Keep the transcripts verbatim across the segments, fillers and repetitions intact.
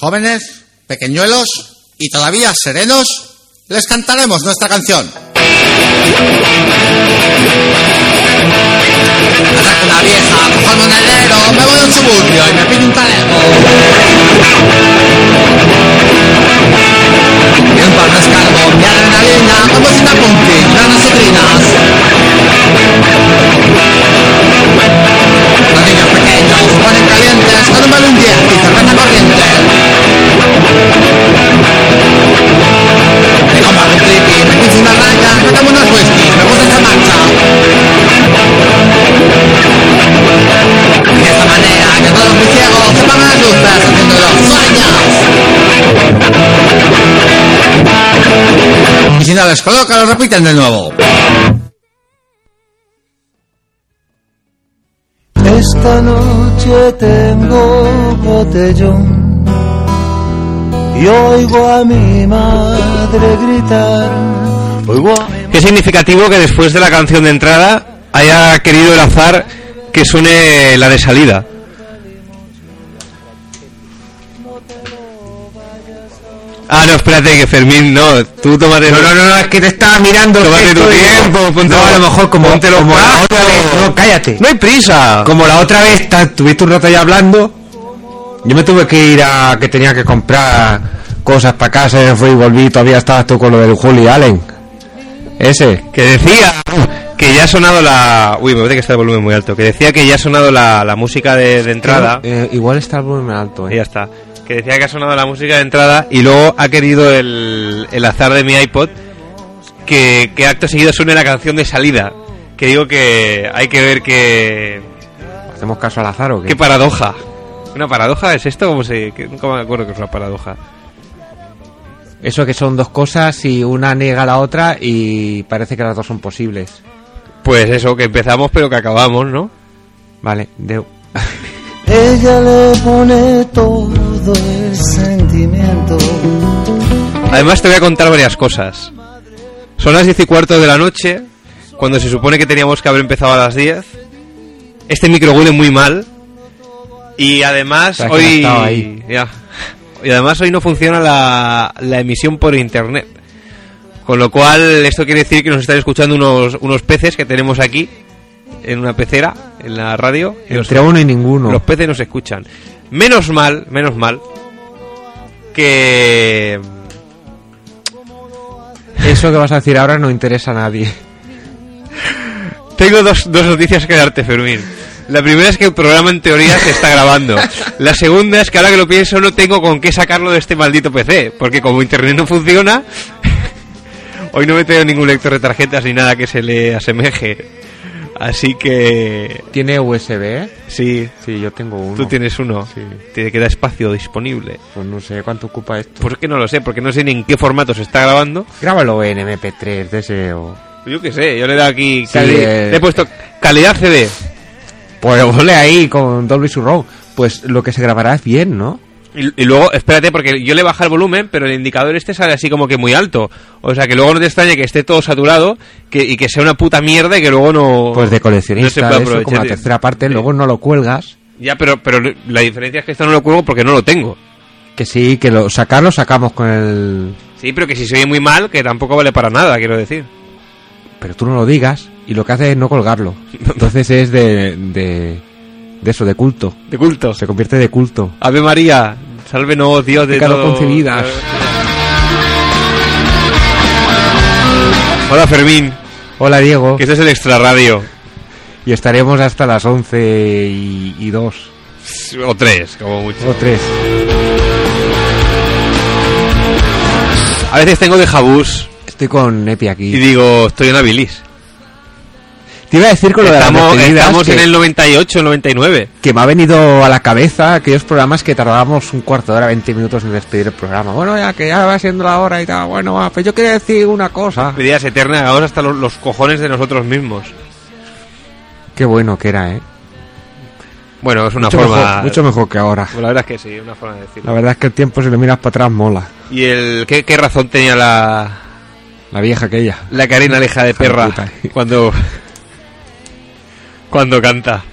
Jóvenes, pequeñuelos y todavía serenos, les cantaremos nuestra canción. Atraco una vieja, cojo el monedero, me voy a un suburbio y me pido un talego. Y un par de escarbo, mi adrenalina, como si una pumpkin, granas citrinas. Los niños pequeños se ponen calientes con un balón diez y cerveza corriente. Me como algún tripi, me pincho una raya, me tomo unos whisky, me gusta esa marcha. Y de esta manera que todos mis ciegos se pongan las luces haciendo los sueños. Y si no les coloca, lo repiten de nuevo. Esta noche tengo botellón y oigo a mi madre gritar. Oigo a mi... Qué significativo que después de la canción de entrada haya querido el azar que suene la de salida. Ah, no, espérate, que Fermín, no, tú tómate... No, no, no, no, es que te estaba mirando... Tómate tu tiempo, ponte... No, a lo mejor como, Póntelo como la claro. otra vez... No, cállate. No hay prisa. Como la otra vez ta, tuviste un rato ya hablando, yo me tuve que ir a... que tenía que comprar cosas para casa, y fui y volví, todavía estabas tú con lo del Woody Allen. Ese. Que decía que ya ha sonado la... Uy, me parece que está el volumen muy alto. Que decía que ya ha sonado la, la música de, de entrada. Eh, igual está el volumen alto, eh. Y ya está. Que decía que ha sonado la música de entrada y luego ha querido el, el azar de mi iPod que, que acto seguido suene la canción de salida. Que digo que hay que ver que... ¿Hacemos caso al azar o qué? ¿Qué paradoja? ¿Una paradoja es esto? ¿Cómo se...? Que nunca me acuerdo que es una paradoja. Eso que son dos cosas y una niega a la otra y parece que las dos son posibles. Pues eso, que empezamos pero que acabamos, ¿no? Vale, deu. Ella le pone todo el sentimiento. Además te voy a contar varias cosas. Son las diez y cuarto de la noche, cuando se supone que teníamos que haber empezado a las diez. Este micro huele muy mal. Y además o sea, hoy... Ahí. Ya. Y además hoy no funciona la, la emisión por internet. Con lo cual esto quiere decir que nos están escuchando unos, unos peces que tenemos aquí en una pecera, en la radio. Entre uno y ninguno. Los peces nos escuchan. Menos mal, menos mal, que... Eso que vas a decir ahora no interesa a nadie. Tengo dos, dos noticias que darte, Fermín. La primera es que el programa en teoría se está grabando. La segunda es que ahora que lo pienso no tengo con qué sacarlo de este maldito P C. Porque como internet no funciona, hoy no me tengo ningún lector de tarjetas ni nada que se le asemeje. Así que... ¿Tiene U S B? Sí. Sí, yo tengo uno. ¿Tú tienes uno? Sí. ¿Te queda espacio disponible? Pues no sé cuánto ocupa esto. Pues que no lo sé, porque no sé ni en qué formato se está grabando. Grábalo en M P tres de ese o... Yo qué sé, yo le he dado aquí... Sí, cali- eh... Le he puesto calidad C D. Pues ponle ahí con Dolby Surround. Pues lo que se grabará es bien, ¿no? Y, y luego, espérate, porque yo le bajo el volumen, pero el indicador este sale así como que muy alto. O sea, que luego no te extrañe que esté todo saturado que, y que sea una puta mierda y que luego no... Pues de coleccionista, no se puede de eso, como la aprovechar. tercera parte, Sí. luego no lo cuelgas. Ya, pero, pero la diferencia es que esto no lo cuelgo porque no lo tengo. Que sí, que lo sacarlo sacamos con el... Sí, pero que si se oye muy mal, que tampoco vale para nada, quiero decir. Pero tú no lo digas y lo que haces es no colgarlo. Entonces es de... de... de eso, de culto. De culto. Se convierte de culto. Ave María, sálvenos Dios de Pecado todo. concebidas. Hola Fermín, Hola Diego. que este es el Extra Radio. Y estaremos hasta las once y, y dos. O tres, como mucho. O tres. A veces tengo de jabús Estoy con Epi aquí. y digo, estoy en la bilis. Te iba a decir con lo de las Estamos, despedidas estamos que, en el noventa y ocho, noventa y nueve. que me ha venido a la cabeza aquellos programas que tardábamos un cuarto de hora, veinte minutos en despedir el programa. Bueno, ya que ya va siendo la hora y tal. Bueno, va, pues yo quería decir una cosa. Vidas eternas, hagamos hasta los, los cojones de nosotros mismos. Qué bueno que era, ¿eh? Bueno, es una mucho forma... Mejor, mucho mejor que ahora. La verdad es que sí, una forma de decirlo. La verdad es que el tiempo, si lo miras para atrás, mola. ¿Y el qué, qué razón tenía la... La vieja aquella. La Karina Aleja de perra puta. cuando... cuando canta?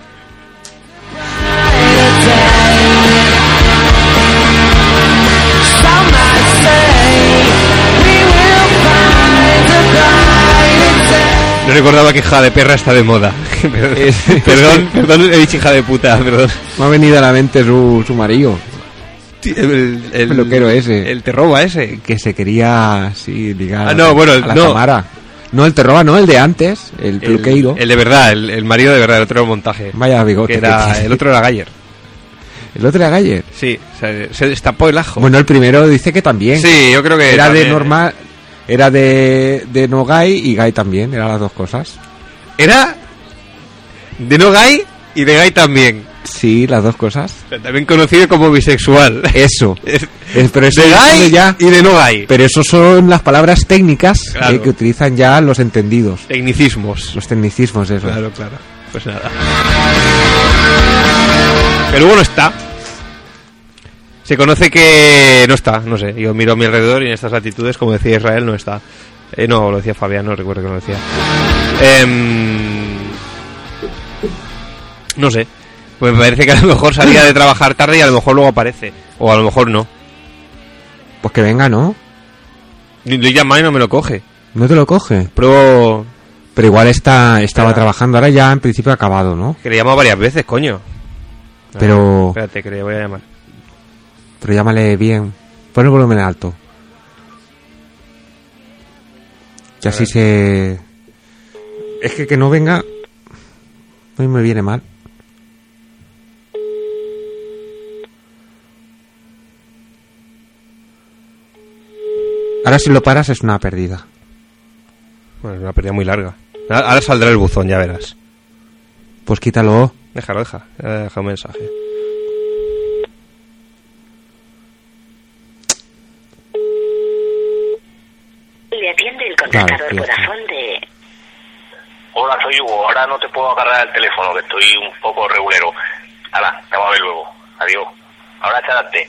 No recordaba que hija de perra está de moda. perdón, perdón, he dicho hija de puta, perdón. Me ha venido a la mente su, su marido. El, el peluquero ese. El Terroba ese. Que se quería, sí, ligar ah, no, bueno, a la no. Tamara. No, el Terroba, no, el de antes, el peluqueiro. El, el de verdad, el, el marido de verdad, el otro era un montaje. Vaya bigote. Que era, que el otro era Galler. ¿El otro era Galler? Sí, se, se destapó el ajo. Bueno, el primero dice que también. Sí, yo creo que era también. de normal, era de, de no gay y gay también, eran las dos cosas. Era de no gay y de gay también. Sí, las dos cosas. O sea, también conocido como bisexual. Eso. es, es, pero eso de gay ya, y de no gay. Pero eso son las palabras técnicas claro. eh, que utilizan ya los entendidos. Tecnicismos. Los tecnicismos, eso. Claro, claro. Pues nada. Pero Hugo no está. Se conoce que no está, no sé. Yo miro a mi alrededor y en estas latitudes, como decía Israel, no está. Eh, no, lo decía Fabián, no recuerdo que lo decía. Eh, no sé. Pues me parece que a lo mejor salía de trabajar tarde y a lo mejor luego aparece. O a lo mejor no. Pues que venga, ¿no? Le he llamado y no me lo coge. ¿No te lo coge? Pruebo... Pero igual está estaba Espera. trabajando, ahora ya en principio ha acabado, ¿no? Que le he llamado varias veces, coño. Pero... Espérate, que le voy a llamar. Pero llámale bien. Pon el volumen alto. Que así se... Es que que no venga... A mí me viene mal. Ahora si lo paras es una pérdida. Bueno, es una pérdida muy larga. Ahora saldrá el buzón, ya verás. Pues quítalo. Déjalo, deja. Deja un mensaje. Le atiende el contestador Claro, Vodafone de... Hola, soy Hugo. Ahora no te puedo agarrar el teléfono, que estoy un poco regulero. Hala, te voy a ver luego. Adiós. Ahora chárate.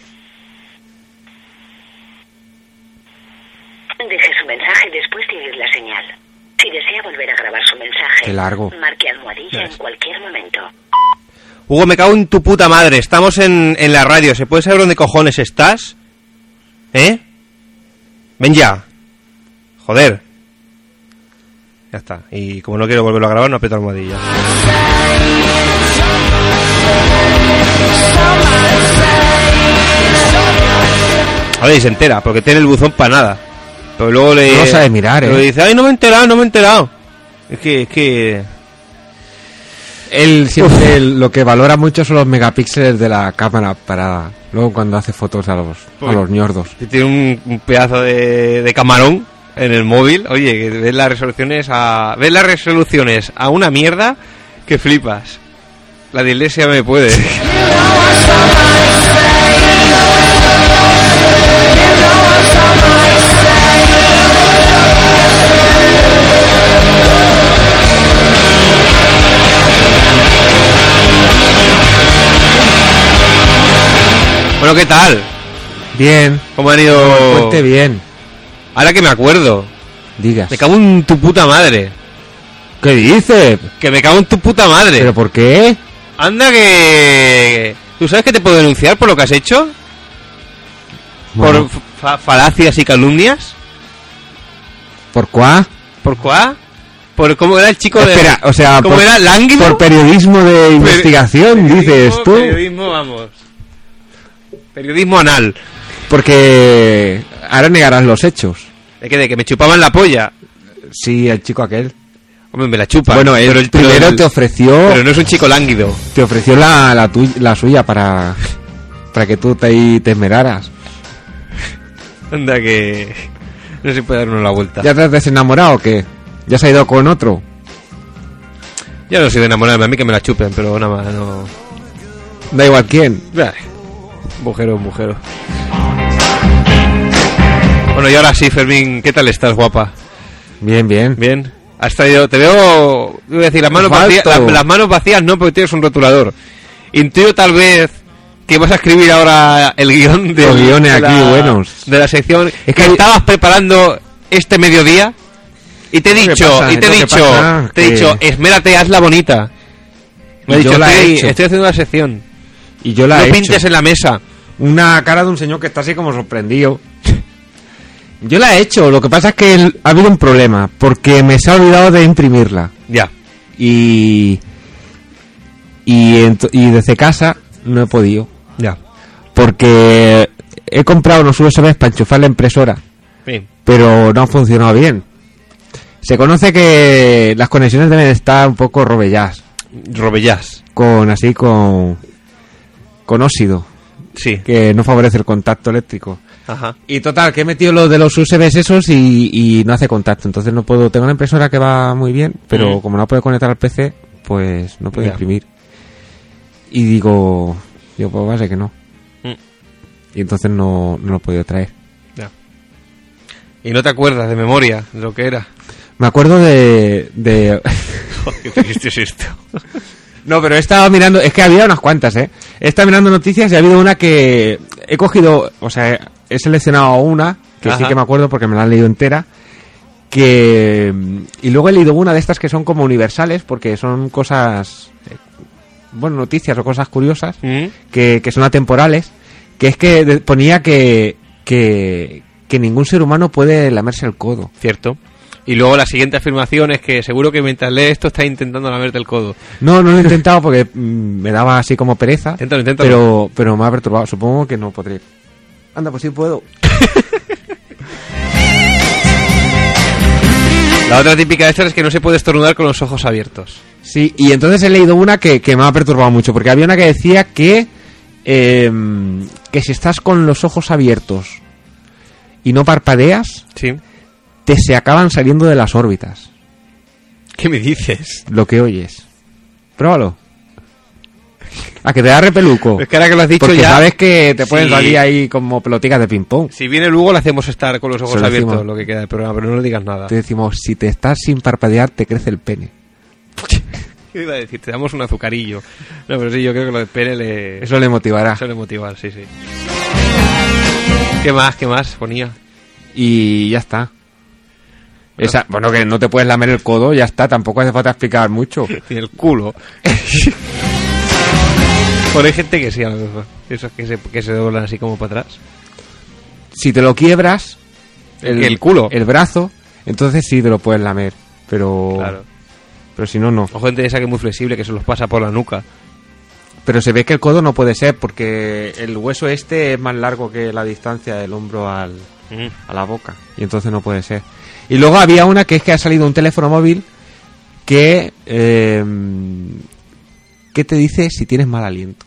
Deje su mensaje después de oír la señal. Si desea volver a grabar su mensaje, Qué largo. marque almohadilla en cualquier momento. Hugo, me cago en tu puta madre. Estamos en, en la radio. ¿Se puede saber dónde cojones estás? ¿Eh? Ven ya. Joder. Ya está. Y como no quiero volverlo a grabar, no aprieto almohadilla. A ver, y se entera, porque tiene el buzón para nada. Pero luego le... No lo sabe mirar, Pero eh. dice, ay, no me he enterado, no me he enterado. Es que, es que... Él siempre él, lo que valora mucho son los megapíxeles de la cámara para... Luego cuando hace fotos a los, a los ñordos. Si tiene un, un pedazo de, de camarón en el móvil, oye, que ves las resoluciones a... Ves las resoluciones a una mierda que flipas. La dislexia me puede. Bueno, ¿qué tal? Bien. ¿Cómo han ido? Cuente bien. Ahora que me acuerdo. Digas. Me cago en tu puta madre. ¿Qué dices? Que me cago en tu puta madre. ¿Pero por qué? Anda que... ¿Tú sabes que te puedo denunciar por lo que has hecho? Bueno. ¿Por fa falacias y calumnias? ¿Por cuá? ¿Por cuá? ¿Por cómo era el chico de... Espera, o sea... ¿Cómo por, era? ¿Lánguido? Por periodismo de Per investigación, periodismo, dices tú. Periodismo, vamos. Periodismo anal. Porque ahora negarás los hechos. ¿De qué? ¿De que me chupaban la polla? Sí, el chico aquel. Hombre, me la chupa. Bueno, él pero el primero el, te ofreció... Pero no es un chico lánguido. Te ofreció la, la, tuya, la suya para... Para que tú te, te esmeraras. Anda que... No se puede dar uno la vuelta. ¿Ya te has desenamorado o qué? ¿Ya se ha ido con otro? Ya no soy de enamorarme, a mí que me la chupen, pero nada más, no... Da igual quién. Bujero, bujero. Bueno, y ahora sí, Fermín, ¿qué tal estás, guapa? Bien, bien. Bien. Has traído... Te veo... Voy a decir, las manos vacías... Las, las manos vacías no, porque tienes un rotulador. Intuyo tal vez... que vas a escribir ahora el guión de, los guiones de aquí la, buenos de la sección es que, que estabas preparando este mediodía y te he dicho pasa, y te he dicho pasa, te he que... dicho esmérate, hazla bonita. Me he dicho, la estoy, he hecho. estoy haciendo una sección y yo la no he pintes hecho. En la mesa una cara de un señor que está así como sorprendido Yo la he hecho, lo que pasa es que el- ha habido un problema, porque me se ha olvidado de imprimirla. Ya. Y... Y, ent- y desde casa no he podido. Ya. Porque he comprado unos U S Bs para enchufar la impresora, Sí. pero no han funcionado bien. Se conoce que las conexiones deben estar un poco robelladas, Robellas. con así con con óxido, Sí. que no favorece el contacto eléctrico. Ajá. Y total, que he metido lo de los U S Bs esos y, y no hace contacto, entonces no puedo. Tengo una impresora que va muy bien, pero Mm. como no puedo conectar al P C, pues no puedo Ya. imprimir. Y digo, yo pues va a ser que no. Mm. Y entonces no, no lo he podido traer. Ya. Y no te acuerdas de memoria de lo que era. Me acuerdo de... de... Qué triste es esto. No, pero he estado mirando... Es que había unas cuantas, ¿eh? He estado mirando noticias y ha habido una que... He cogido... O sea, he seleccionado una, que sí Ajá. que me acuerdo porque me la han leído entera, que... Y luego he leído una de estas que son como universales, porque son cosas... eh, Bueno, noticias o cosas curiosas, Mm. que, que son atemporales, que es que de- ponía que, que... Que ningún ser humano puede lamerse el codo. Cierto. Y luego la siguiente afirmación es que seguro que mientras lees esto estás intentando lamerte el codo. No, no lo he intentado porque mm, me daba así como pereza. Inténtalo, inténtalo. Pero, pero me ha perturbado. Supongo que no podré. Anda, pues sí puedo. La otra típica de estas es que no se puede estornudar con los ojos abiertos. Sí, y entonces he leído una que, que me ha perturbado mucho. Porque había una que decía que, eh, que si estás con los ojos abiertos y no parpadeas, Sí. te se acaban saliendo de las órbitas. ¿Qué me dices? Lo que oyes. Pruébalo. A que te da repeluco. Es que ahora que lo has dicho Porque ya... sabes que te pueden Sí. salir ahí como peloticas de ping-pong. Si viene luego le hacemos estar con los ojos Se lo abiertos decimos. lo que queda del programa, pero no le digas nada. Te decimos, si te estás sin parpadear, te crece el pene. ¿Qué iba a decir? Te damos un azucarillo. No, pero sí, yo creo que lo de pene le... Eso le motivará. suele motivar, sí, sí. ¿Qué más? ¿Qué más ponía? Y ya está. Esa, bueno, que no te puedes lamer el codo, ya está. Tampoco hace falta explicar mucho. Tiene el culo. Bueno, hay gente que sí, a lo mejor. Esos que se, que se doblan así como para atrás. Si te lo quiebras, ¿El qué, el culo? el brazo, entonces sí te lo puedes lamer. Pero, Claro. pero si no, no. O gente esa que es muy flexible, que se los pasa por la nuca. Pero se ve que el codo no puede ser, porque el hueso este es más largo que la distancia del hombro al, Mm. a la boca. Y entonces no puede ser. Y luego había una que es que ha salido un teléfono móvil que... Eh, ¿qué te dice si tienes mal aliento?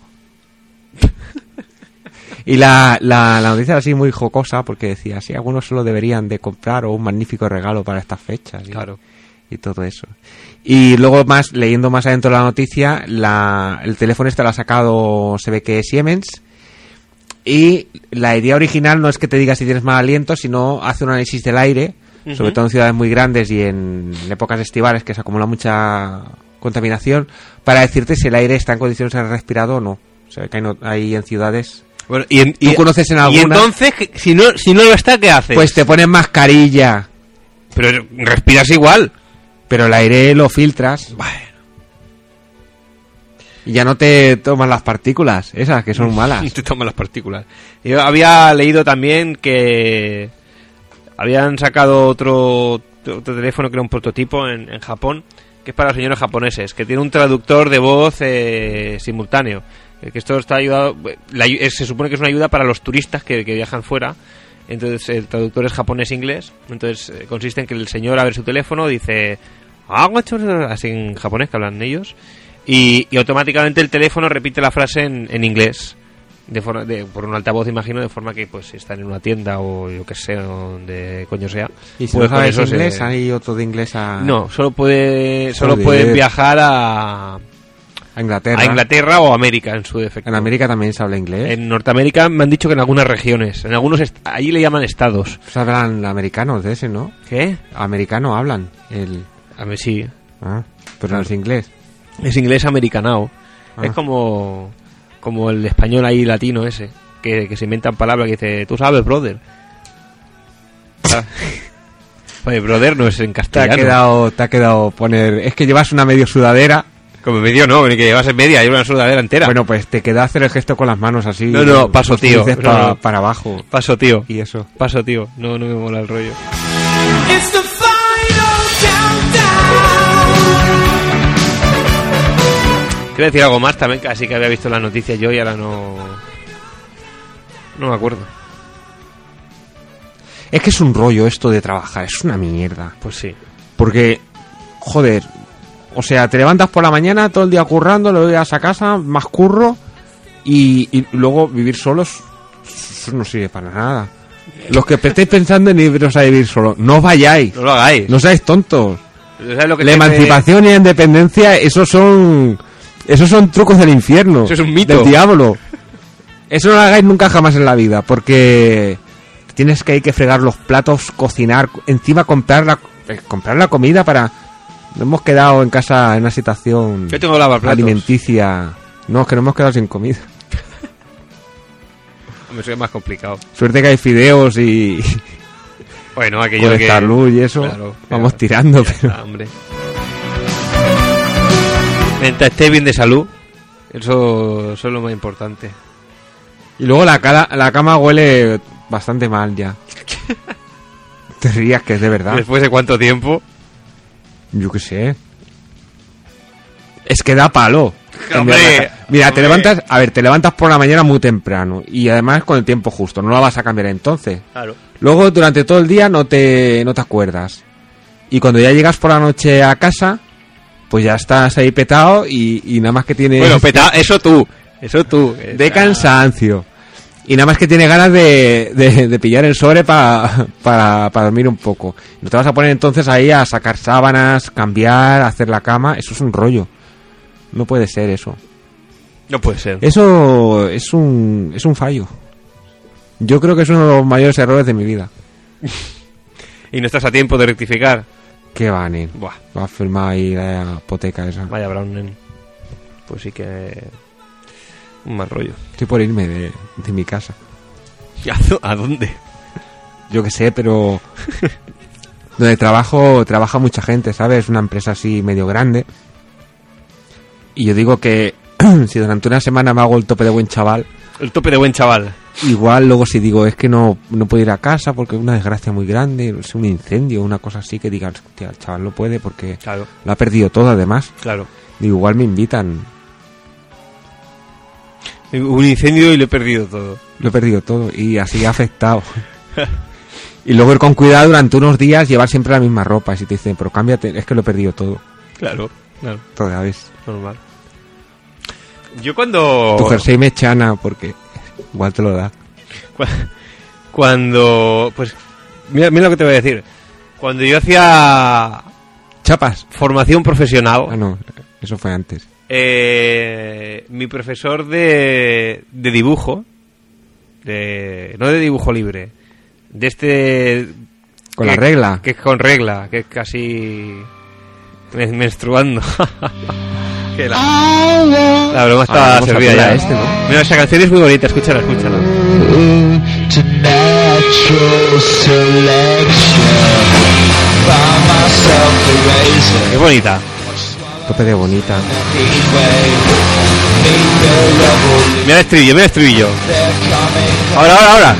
Y la, la, la noticia era así muy jocosa porque decía, sí, algunos solo deberían de comprar o un magnífico regalo para estas fechas. Y, Claro. y todo eso. Y luego más, leyendo más adentro de la noticia, la, el teléfono este lo ha sacado, se ve que Siemens. Y la idea original no es que te diga si tienes mal aliento, sino hace un análisis del aire, Ujú. sobre todo en ciudades muy grandes y en épocas estivales que se acumula mucha contaminación, para decirte si el aire está en condiciones de ser respirado o no. O sea, que hay, no- hay en ciudades... Bueno, y, en- ¿Tú y- conoces en Y alguna? entonces, ¿qué- si no, si no lo está, ¿qué haces? Pues te pones mascarilla, Pero respiras igual. pero el aire lo filtras Bueno. y ya no te tomas las partículas, esas que son malas. Te toman las partículas. Yo había leído también que habían sacado otro, otro teléfono que era un prototipo en, en Japón, que es para los señores japoneses, que tiene un traductor de voz eh, simultáneo. Eh, Que esto está ayudado, la ayu- eh, se supone que es una ayuda para los turistas que, que viajan fuera. Entonces el traductor es japonés-inglés. Entonces eh, consiste en que el señor abre su teléfono, dice "Ah, guacho", así en japonés que hablan ellos, y, y automáticamente el teléfono repite la frase en, en inglés. De forma, de, por un altavoz, imagino, de forma que pues si están en una tienda o yo que sé, donde coño sea. ¿Y si pues no con sabes eso se- inglés, hay otro de inglés a, No, solo puede solo Joder. pueden viajar a, a Inglaterra? a Inglaterra o América en su defecto. En América también se habla inglés. En Norteamérica me han dicho que en algunas regiones, en algunos est- allí le llaman estados. Pues hablan americanos de ese, ¿no? ¿Qué? Americano hablan. El... A ver, sí. Ah, pero no es inglés. Es inglés americanao. Ah. Es como como el español ahí latino ese, que, que se inventan palabras que dice, tú sabes, brother. Ah. Oye, brother no es en Te ha castellano. quedado, te ha quedado poner... Es que llevas una medio sudadera Como medio no, ni que llevas en media, lleva una sudadera entera. Bueno, pues te queda hacer el gesto con las manos así. No, no, paso, los tío. dices No, pa- no. para abajo. Paso, tío. Y eso. Paso, tío. No, no me mola el rollo. It's the final countdown. Quiero decir algo más también, que así que había visto las noticias yo y ahora no... No me acuerdo. Es que es un rollo esto de trabajar, es una mierda. Pues sí. Porque, joder, o sea, te levantas por la mañana todo el día currando, luego llegas a casa, más curro, y, y luego vivir solos, eso no sirve para nada. Los que estéis pensando en iros a vivir solos, no vayáis, No lo hagáis. no seáis tontos. ¿Sabes lo que La te- emancipación y la independencia, esos son, esos son trucos del infierno. Eso es un mito. Del diablo. Eso no lo hagáis nunca jamás en la vida, porque tienes que hay que fregar los platos, cocinar, encima comprar la, eh, comprar la comida para... Nos hemos quedado en casa en una situación Yo tengo lavaplatos. alimenticia. No, es que nos hemos quedado sin comida. Me suena más complicado. Suerte que hay fideos y Bueno, aquello con que... esta luz y eso. Claro, Vamos claro. tirando, Ya pero... está, hombre. Mientras esté bien de salud, eso, eso es lo más importante. Y luego la, cara, la cama huele bastante mal ya. Te rías que es de verdad. Después de cuánto tiempo... Yo qué sé. Es que da palo. Hombre, Mira, te hombre. levantas, a ver, te levantas por la mañana muy temprano y además con el tiempo justo, no la vas a cambiar entonces. Claro. Luego durante todo el día no te no te acuerdas. Y cuando ya llegas por la noche a casa, pues ya estás ahí petado y, y nada más que tienes Bueno, peta, eso tú. Eso tú. de cansancio. Y nada más que tienes ganas de, de, de pillar el sobre pa, para, para dormir un poco. No te vas a poner entonces ahí a sacar sábanas, cambiar, hacer la cama. Eso es un rollo. No puede ser eso. No puede ser. Eso es un, es un fallo. Yo creo que es uno de los mayores errores de mi vida. Y no estás a tiempo de rectificar. ¿Qué va, nen? Buah, Va a firmar ahí la hipoteca esa. vaya Brown, nen. Pues sí que... Un mal rollo. Estoy por irme de, de mi casa. ¿A dó- ¿A dónde? Yo que sé, pero... donde trabajo, trabaja mucha gente, ¿sabes? Es una empresa así medio grande. Y yo digo que si durante una semana me hago el tope de buen chaval, El tope de buen chaval. igual luego si digo es que no, no puedo ir a casa porque es una desgracia muy grande, es un incendio, una cosa así, que digan, hostia, el chaval no puede porque Claro, lo ha perdido todo además. claro. Digo, igual me invitan, Un incendio y lo he perdido todo. lo he perdido todo y así ha afectado. Y luego ir con cuidado durante unos días, llevar siempre la misma ropa. Y si te dicen, pero cámbiate, es que lo he perdido todo. Claro, claro. Toda vez. Normal. Yo cuando... Tu jersey mechana, porque igual te lo da. Cu- Cuando... Pues... Mira, mira lo que te voy a decir. Cuando yo hacía Chapas. formación profesional... Ah, no, eso fue antes. Eh, mi profesor de, de dibujo, de, no de dibujo libre, de este... Con que- la regla. Que es con regla, que es casi men- menstruando. Que la, la broma está Ah, vamos a servida poner ya. a este, ¿no? Mira, esa canción es muy bonita, escúchala, escúchala. To natural selection. Found myself a razor. Es bonita. Tope de bonita. Mira el estribillo, mira el estribillo. Ahora, ahora, ahora.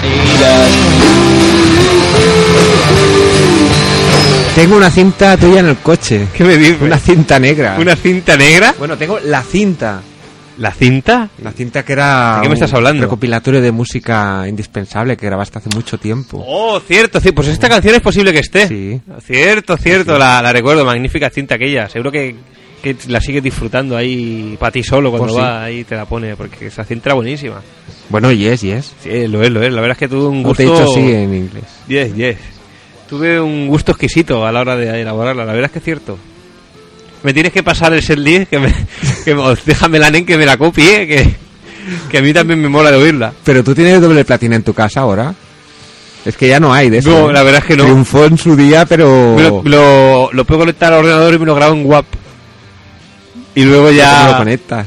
Tengo una cinta tuya en el coche. ¿Qué me dices? Una cinta negra. ¿Una cinta negra? Bueno, tengo la cinta. ¿La cinta? La cinta que era... ¿De qué me estás un hablando? recopilatorio de música indispensable que grabaste hace mucho tiempo. Oh, cierto, sí, pues esta canción es posible que esté. Sí. Cierto, cierto, La, la recuerdo, magnífica cinta aquella. Seguro que, que la sigues disfrutando ahí para ti solo cuando Pues sí. va ahí te la pone, porque esa cinta era buenísima. Bueno, yes, yes. Sí, lo es, lo es. La verdad es que tuve un No gusto... te he dicho así en inglés. Yes, yes. Tuve un gusto exquisito a la hora de elaborarla, la verdad es que es cierto. Me tienes que pasar el setlist, que me, que me, déjame la nen que me la copie, que, que a mí también me mola de oírla. Pero tú tienes doble platina en tu casa ahora. Es que ya no hay de eso. No, ¿eh? la verdad es que no. Triunfó en su día, pero... Me lo, lo, lo puedo conectar al ordenador y me lo grabo en W A P. Y luego ¿Cómo lo ya conectas?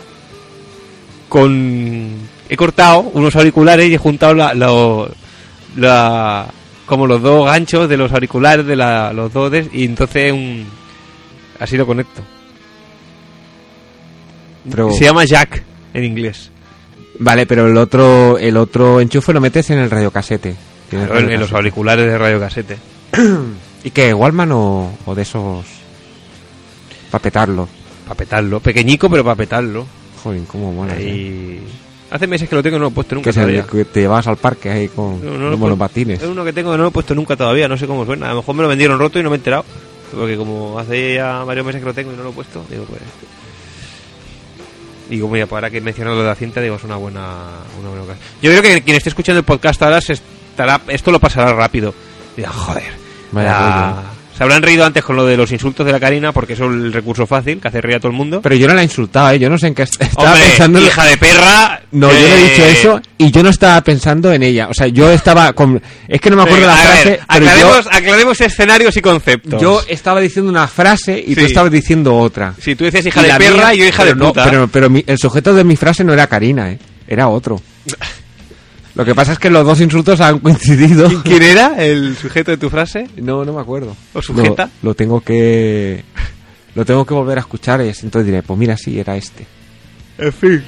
con... He cortado unos auriculares y he juntado la, la, la- como los dos ganchos de los auriculares de la, los dos des, y entonces un, así lo conecto. Pero... Se llama jack en inglés. Vale, pero el otro el otro enchufe lo metes en el radiocasete. Tienes Claro, en, en los radiocasete. auriculares de radiocasete. ¿Y qué? ¿Walkman o, o de esos para petarlo? Para petarlo. Pequeñico, pero para petarlo. Joder, cómo mola. ¿eh? Y... Hace meses que lo tengo y no lo he puesto nunca Que es el todavía. que te llevas al parque ahí con No, no lo los he monopatines. puesto. Es uno que tengo que no lo he puesto nunca todavía. No sé cómo suena. A lo mejor me lo vendieron roto y no me he enterado. Porque como hace ya varios meses que lo tengo y no lo he puesto, digo pues... Digo, mira, para que mencionas lo de la cinta, digo, es una buena, una buena ocasión. Yo creo que quien esté escuchando el podcast ahora se estará, esto lo pasará rápido. Dirá, joder. Vaya ya- rollo. Se habrán reído antes con lo de los insultos de la Karina, porque eso es el recurso fácil, que hace reír a todo el mundo. Pero yo no la he insultado, ¿eh? Yo no sé en qué est- estaba Hombre, pensando. en- hija de perra. No, yo no he eh, dicho eso y yo no estaba pensando en ella. O sea, yo estaba con... Es que no me acuerdo venga, la a frase, ver, pero aclaremos, aclaremos escenarios y conceptos. yo, yo estaba diciendo una frase y tú Sí. estabas diciendo otra. Si tú decías hija Y de la perra mía- y yo hija pero de no, puta. pero pero mi- el sujeto de mi frase no era Karina, ¿eh? Era otro. Lo que pasa es que los dos insultos han coincidido. ¿Quién era el sujeto de tu frase? No, no me acuerdo. ¿O sujeta? Lo, lo tengo que... Lo tengo que volver a escuchar y entonces diré, pues mira, sí, era este. En fin.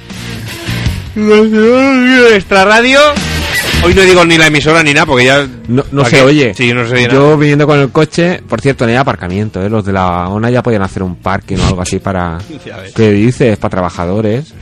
Nuestra radio. Hoy no digo ni la emisora ni nada porque ya. No, no ¿Para se qué? oye. Sí, no se oye Yo nada. viniendo con el coche, por cierto, no hay aparcamiento, ¿eh? Los de la ONA ya podían hacer un parking o algo así para... Ya ves. ¿Qué dices? Para trabajadores.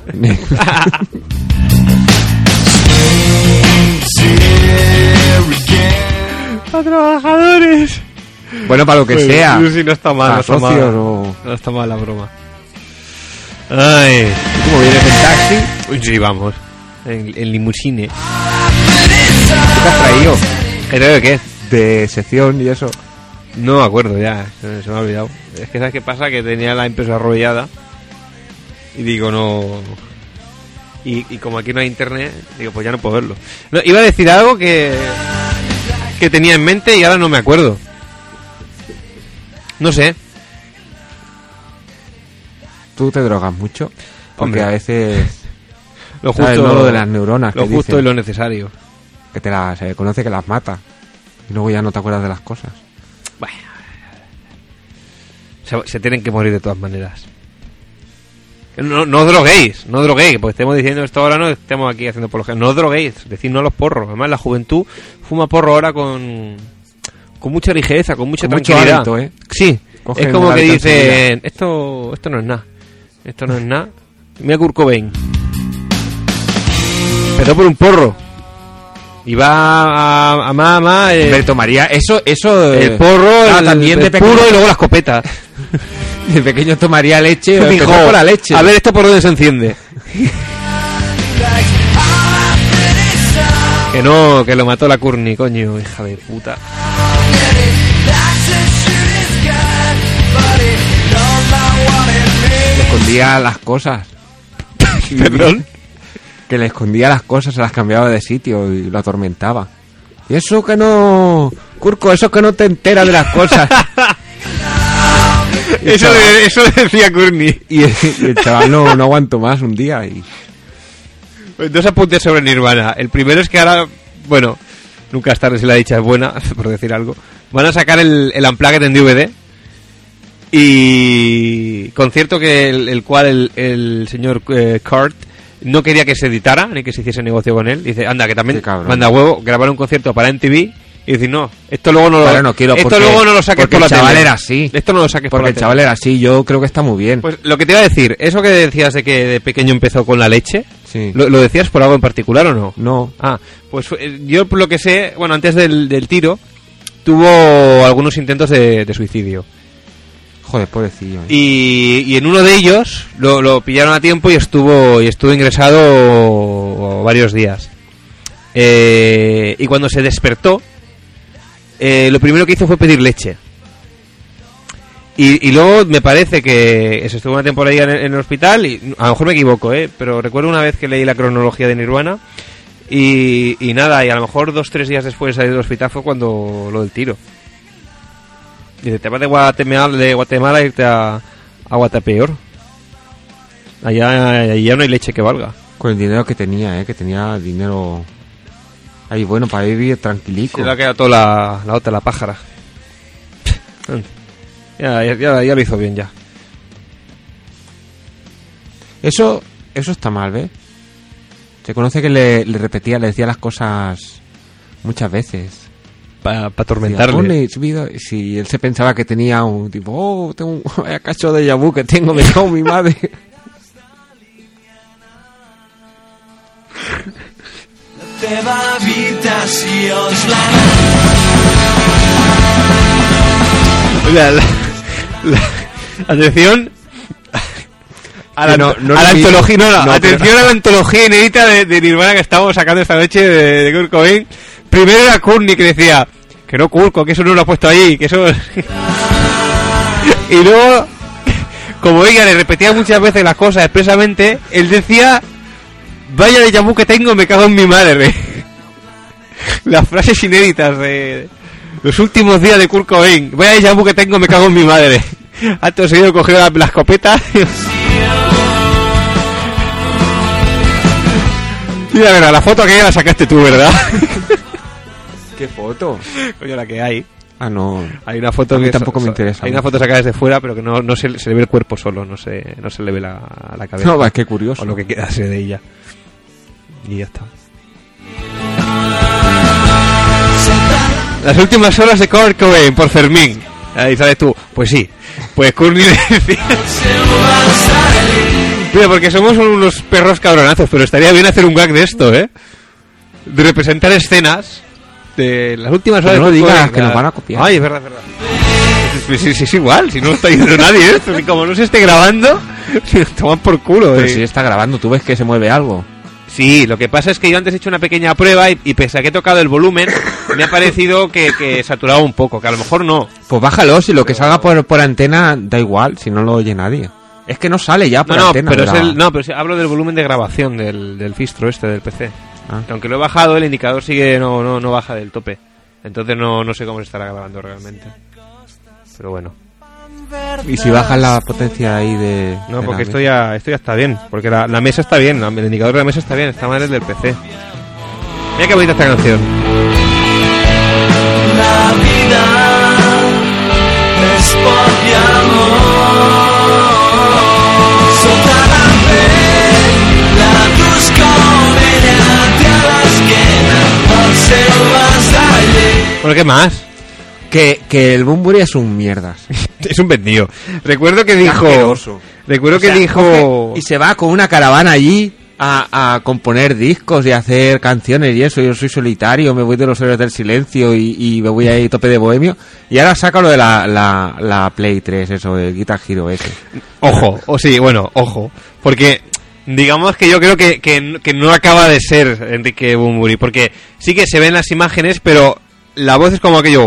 Para trabajadores. Bueno, para lo que sea. Sí, no está mal, Para no está mal. socios o... No está mal la broma. Ay. ¿Cómo vienes en taxi? Uy, sí, vamos. En, en limusine. ¿Qué te has traído? ¿Pero de qué? De sección y eso. No me acuerdo ya, se, se me ha olvidado. Es que ¿sabes qué pasa? Que tenía la empresa arrollada y digo, no... Y, y como aquí no hay internet, digo, pues ya no puedo verlo. No, iba a decir algo que, que tenía en mente y ahora no me acuerdo. No sé. ¿Tú te drogas mucho? Porque Hombre. a veces... Lo ¿sabes, justo, no? Lo de las neuronas. lo que justo dicen, y lo necesario. Que te las, se conoce que las mata. Y luego ya no te acuerdas de las cosas. Bueno, se, se tienen que morir de todas maneras. No, no droguéis, no droguéis, porque estemos diciendo esto ahora, no estemos aquí haciendo apología. No droguéis, decir no a los porros. Además, la juventud fuma porro ahora con, con mucha ligereza, con mucha Con mucho tranquilidad. hábito, ¿eh? Sí, Cogen es como el que hábito dicen, enseguida. esto, esto no es nada, esto no es nada. Mira Kurt Cobain. Empezó por un porro. Y va a, a más, a más, eh, Humberto María, eso... eso el eh, porro, ah, el, también el de pequeño, puro y luego la escopeta. de pequeño tomaría leche. Dijo, empezó por la leche. a ver esto por dónde se enciende. Que no, que lo mató la Courtney, coño, hija de puta. Le escondía las cosas. Perdón. Que le escondía las cosas, se las cambiaba de sitio y lo atormentaba. Y eso que no... Curco, eso que no te enteras de las cosas. Y el Eso, chaval- de- eso decía Courtney. Y el, y el chaval no, no aguantó más un día y... Pues dos apuntes sobre Nirvana. El primero es que ahora, bueno, nunca es tarde si la dicha es buena, por decir algo. Van a sacar el, el Unplugged en D V D. Y concierto que el, el cual el, el señor eh, Kurt no quería que se editara ni que se hiciese negocio con él. Dice, anda, que también Qué cabrón. manda huevo grabar un concierto para M T V y decir, no, esto luego no lo, Claro, no quiero, esto porque- luego no lo saques porque por la el chaval tele. era así. Esto no lo saques por Porque la el tele. chaval era así, yo creo que está muy bien. Pues lo que te iba a decir, eso que decías de que de pequeño empezó con la leche, Sí. ¿lo, lo decías por algo en particular o no? No, Ah, pues eh, yo por lo que sé, bueno, antes del, del tiro, tuvo algunos intentos de, de suicidio. joder, pobrecillo. ¿eh? Y, y en uno de ellos lo, lo pillaron a tiempo y estuvo y estuvo ingresado varios días. Eh, y cuando se despertó, eh, lo primero que hizo fue pedir leche. Y, y luego me parece que se estuvo una temporada en, en el hospital y a lo mejor me equivoco, ¿eh? Pero recuerdo una vez que leí la cronología de Nirvana y, y nada, y a lo mejor dos tres días después de salir del hospital fue cuando lo del tiro. Dice, te vas de Guatemala, de Guatemala a irte a, a Guatapeor. Allá, allá no hay leche que valga. Con el dinero que tenía, ¿eh? Que tenía dinero... Ahí, bueno, para vivir tranquilico. Se le ha quedado toda la, la otra, la pájara. Ya, ya, ya, ya lo hizo bien ya. Eso, eso está mal, ¿ves? Se conoce que le, le repetía, le decía las cosas muchas veces. Para pa Decía, atormentarle. "Ponle, subido", si él se pensaba que tenía un tipo, oh, tengo un vaya cacho de déjà vu que tengo, me cago en mi madre. teva habitació és la... La, la, la- atención a la, Que no- no a la lo vi- antología, no, no, no, atención pero- a la antología inédita de, de Nirvana que estamos sacando esta noche de, de Kurt Cobain. Primero era Courtney que decía que no, Kurko, que eso no lo ha puesto ahí, que eso... Y luego, como ella le repetía muchas veces las cosas expresamente, él decía, vaya de vu que tengo, me cago en mi madre. Las frases inéditas de los últimos días de Kurt Cobain. Vaya de vu que tengo, me cago en mi madre. Acto seguido cogió la, la escopeta. Mira, verdad, la foto aquella la sacaste tú, ¿verdad? ¿Qué foto? Coño, la que hay. Ah, no. Hay una foto A mí que tampoco so- me so- interesa Hay una mucho. foto sacada desde fuera, pero que no, no se, se le ve el cuerpo solo, no se, no se le ve la, la cabeza. No, va, qué curioso. O lo que quedase de ella. Y ya está. Las últimas horas de Kurt Cobain por Fermín. Ahí sabes tú. Pues sí. Pues Courtney le decía. Mira, porque somos unos perros cabronazos, pero estaría bien hacer un gag de esto, ¿eh? De representar escenas de las últimas horas No lo de Kurt digas, Cobain. que nos van a copiar. Ay, es verdad, es verdad. Sí, sí, sí, es igual, si no lo está diciendo nadie esto, ni como no se esté grabando, toman por culo. Pero eh. si está grabando, tú ves que se mueve algo. Sí, lo que pasa es que yo antes he hecho una pequeña prueba y, y pese a que he tocado el volumen, me ha parecido que, que saturaba un poco, que a lo mejor no. Pues bájalo, si lo que salga por, por antena da igual, si no lo oye nadie. Es que no sale ya por No, no, antena. pero de es la- el, no, pero sí, hablo del volumen de grabación del, del filtro este del P C. Ah. Que aunque lo he bajado, el indicador sigue no, no, no baja del tope. Entonces no, no sé cómo se estará grabando realmente. Pero bueno. Y si bajas la potencia ahí de... No, de porque la esto ya, esto ya está bien. Porque la, la mesa está bien, la- el indicador de la mesa está bien. Está mal el del P C. Mira qué bonita esta canción. La vida és pot i amor. Sota la pell, la cruz com ella té a l'esquena, el seu vasaller. Bueno, ¿qué más? Que, que el Bunbury es un mierdas. Es un vendido. Recuerdo que dijo... asqueroso. Recuerdo O sea, que dijo... coge y se va con una caravana allí a, a componer discos y a hacer canciones y eso. Yo soy solitario, me voy de los héroes del silencio y, y me voy ahí tope de bohemio. Y ahora saca lo de la, la, la Play tres, eso, el Guitar Hero ese. Ojo, o sí, bueno, ojo. Porque digamos que yo creo que, que, que no acaba de ser Enrique Bunbury. Porque sí que se ven las imágenes, pero la voz es como aquello...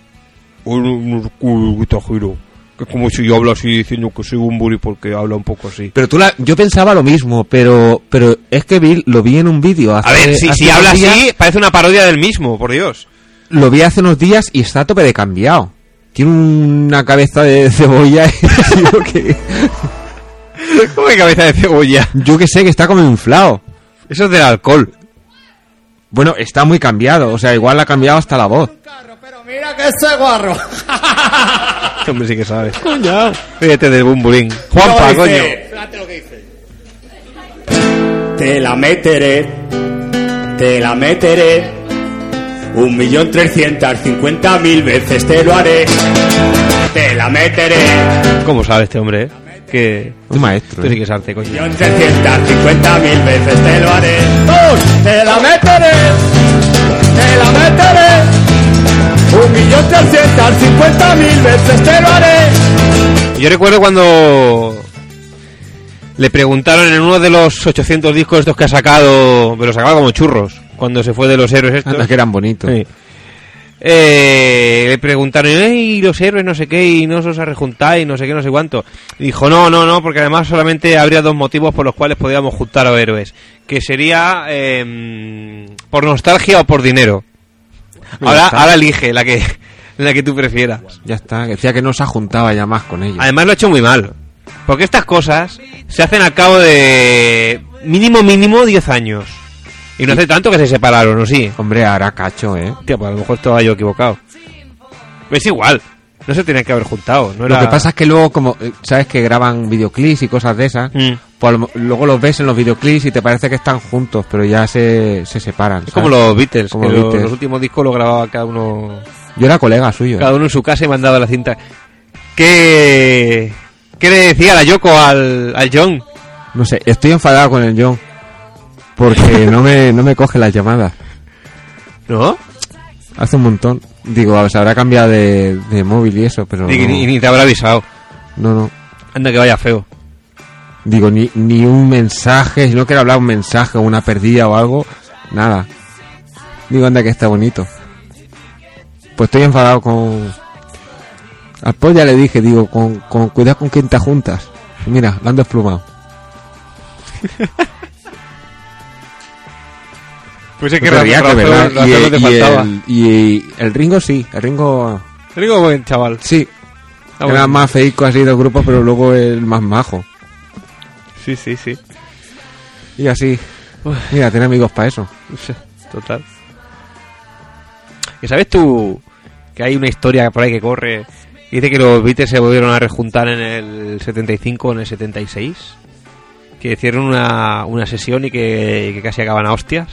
Que es como si yo hablo así diciendo que soy Bunbury porque habla un poco así. Pero tú la, yo pensaba lo mismo, pero pero es que vi, lo vi en un vídeo hace, A ver, si, hace si unos habla días, así, parece una parodia del mismo, por Dios. lo vi hace unos días y está a tope de cambiado. Tiene una cabeza de cebolla y yo que, ¿Cómo que cabeza de cebolla? yo que sé que está como inflado. Eso es del alcohol. Bueno, está muy cambiado, o sea, igual ha cambiado hasta la voz. Pero mira que ese guarro. Este hombre sí que sabe. Coño. Fíjate del Bunbury. Juanpa, coño. Fíjate lo que dice. Te la meteré, te la meteré, un millón trescientas cincuenta mil veces te lo haré. Te la meteré, ¿Cómo sabe este hombre, eh? Que... Un maestro. Tú sí ¿eh? que es arte, coño. un millón trescientas cincuenta mil veces te lo haré. ¡Oh! Te la meteré, te la meteré, un millón trescientas cincuenta mil veces te lo haré. Yo recuerdo cuando le preguntaron en uno de los ochocientos discos estos que ha sacado, me los sacaba como churros, cuando se fue de los héroes estos. Anda, que eran bonitos. Sí. Eh, le preguntaron, ¿y los héroes no sé qué? Y no os rejuntáis, no sé qué, no sé cuánto. Y dijo, no, no, no, porque además solamente habría dos motivos por los cuales podríamos juntar a los héroes. Que sería eh, por nostalgia o por dinero. Ya Ahora, está. ahora elige la que, la que tú prefieras. Ya está, que decía que no se juntaba ya más con ellos. Además lo ha hecho muy mal. Porque estas cosas se hacen al cabo de mínimo, mínimo diez años. Y no hace tanto que se separaron, ¿o sí? Hombre, hará cacho, ¿eh? Hostia, pues a lo mejor estaba yo equivocado. Es igual. No se tienen que haber juntado. No era... Lo que pasa es que luego, como eh, sabes que graban videoclips y cosas de esas, Mm. pues luego los ves en los videoclips y te parece que están juntos, pero ya se, se separan. Es como los Beatles, Como que los los, Beatles. los últimos discos los grababa cada uno Yo era colega suyo. cada uno en su casa y mandaba la cinta. ¿Qué, qué le decía la Yoko al, al John? No sé, estoy enfadado con el John. Porque no me, no me coge las llamadas. ¿No? Hace un montón. Digo, se habrá cambiado de, de móvil y eso, pero Ni, no, ni, ni te habrá avisado. no, no. Anda que vaya feo. Digo, ni, ni un mensaje, si no quiero hablar un mensaje o una perdida o algo, nada. Digo, anda que está bonito. Pues estoy enfadado con... Al Paul ya le dije, digo, con, con cuidado con quién te juntas. Mira, lo han desplumado. Pues es que No te rías, que verdad. razón, Y, razón no te y faltaba. el, y el Ringo sí, el Ringo Te digo buen chaval. sí. Ah, Era bueno. más feico así del grupo, pero luego el más majo. Sí, sí, sí. Y así. Mira, tiene amigos para eso. Total. ¿Y sabes tú que hay una historia por ahí que corre y dice que los Beatles se volvieron a rejuntar en el setenta y cinco o en el setenta y seis? Que hicieron una, una sesión y que, y que casi acaban a hostias.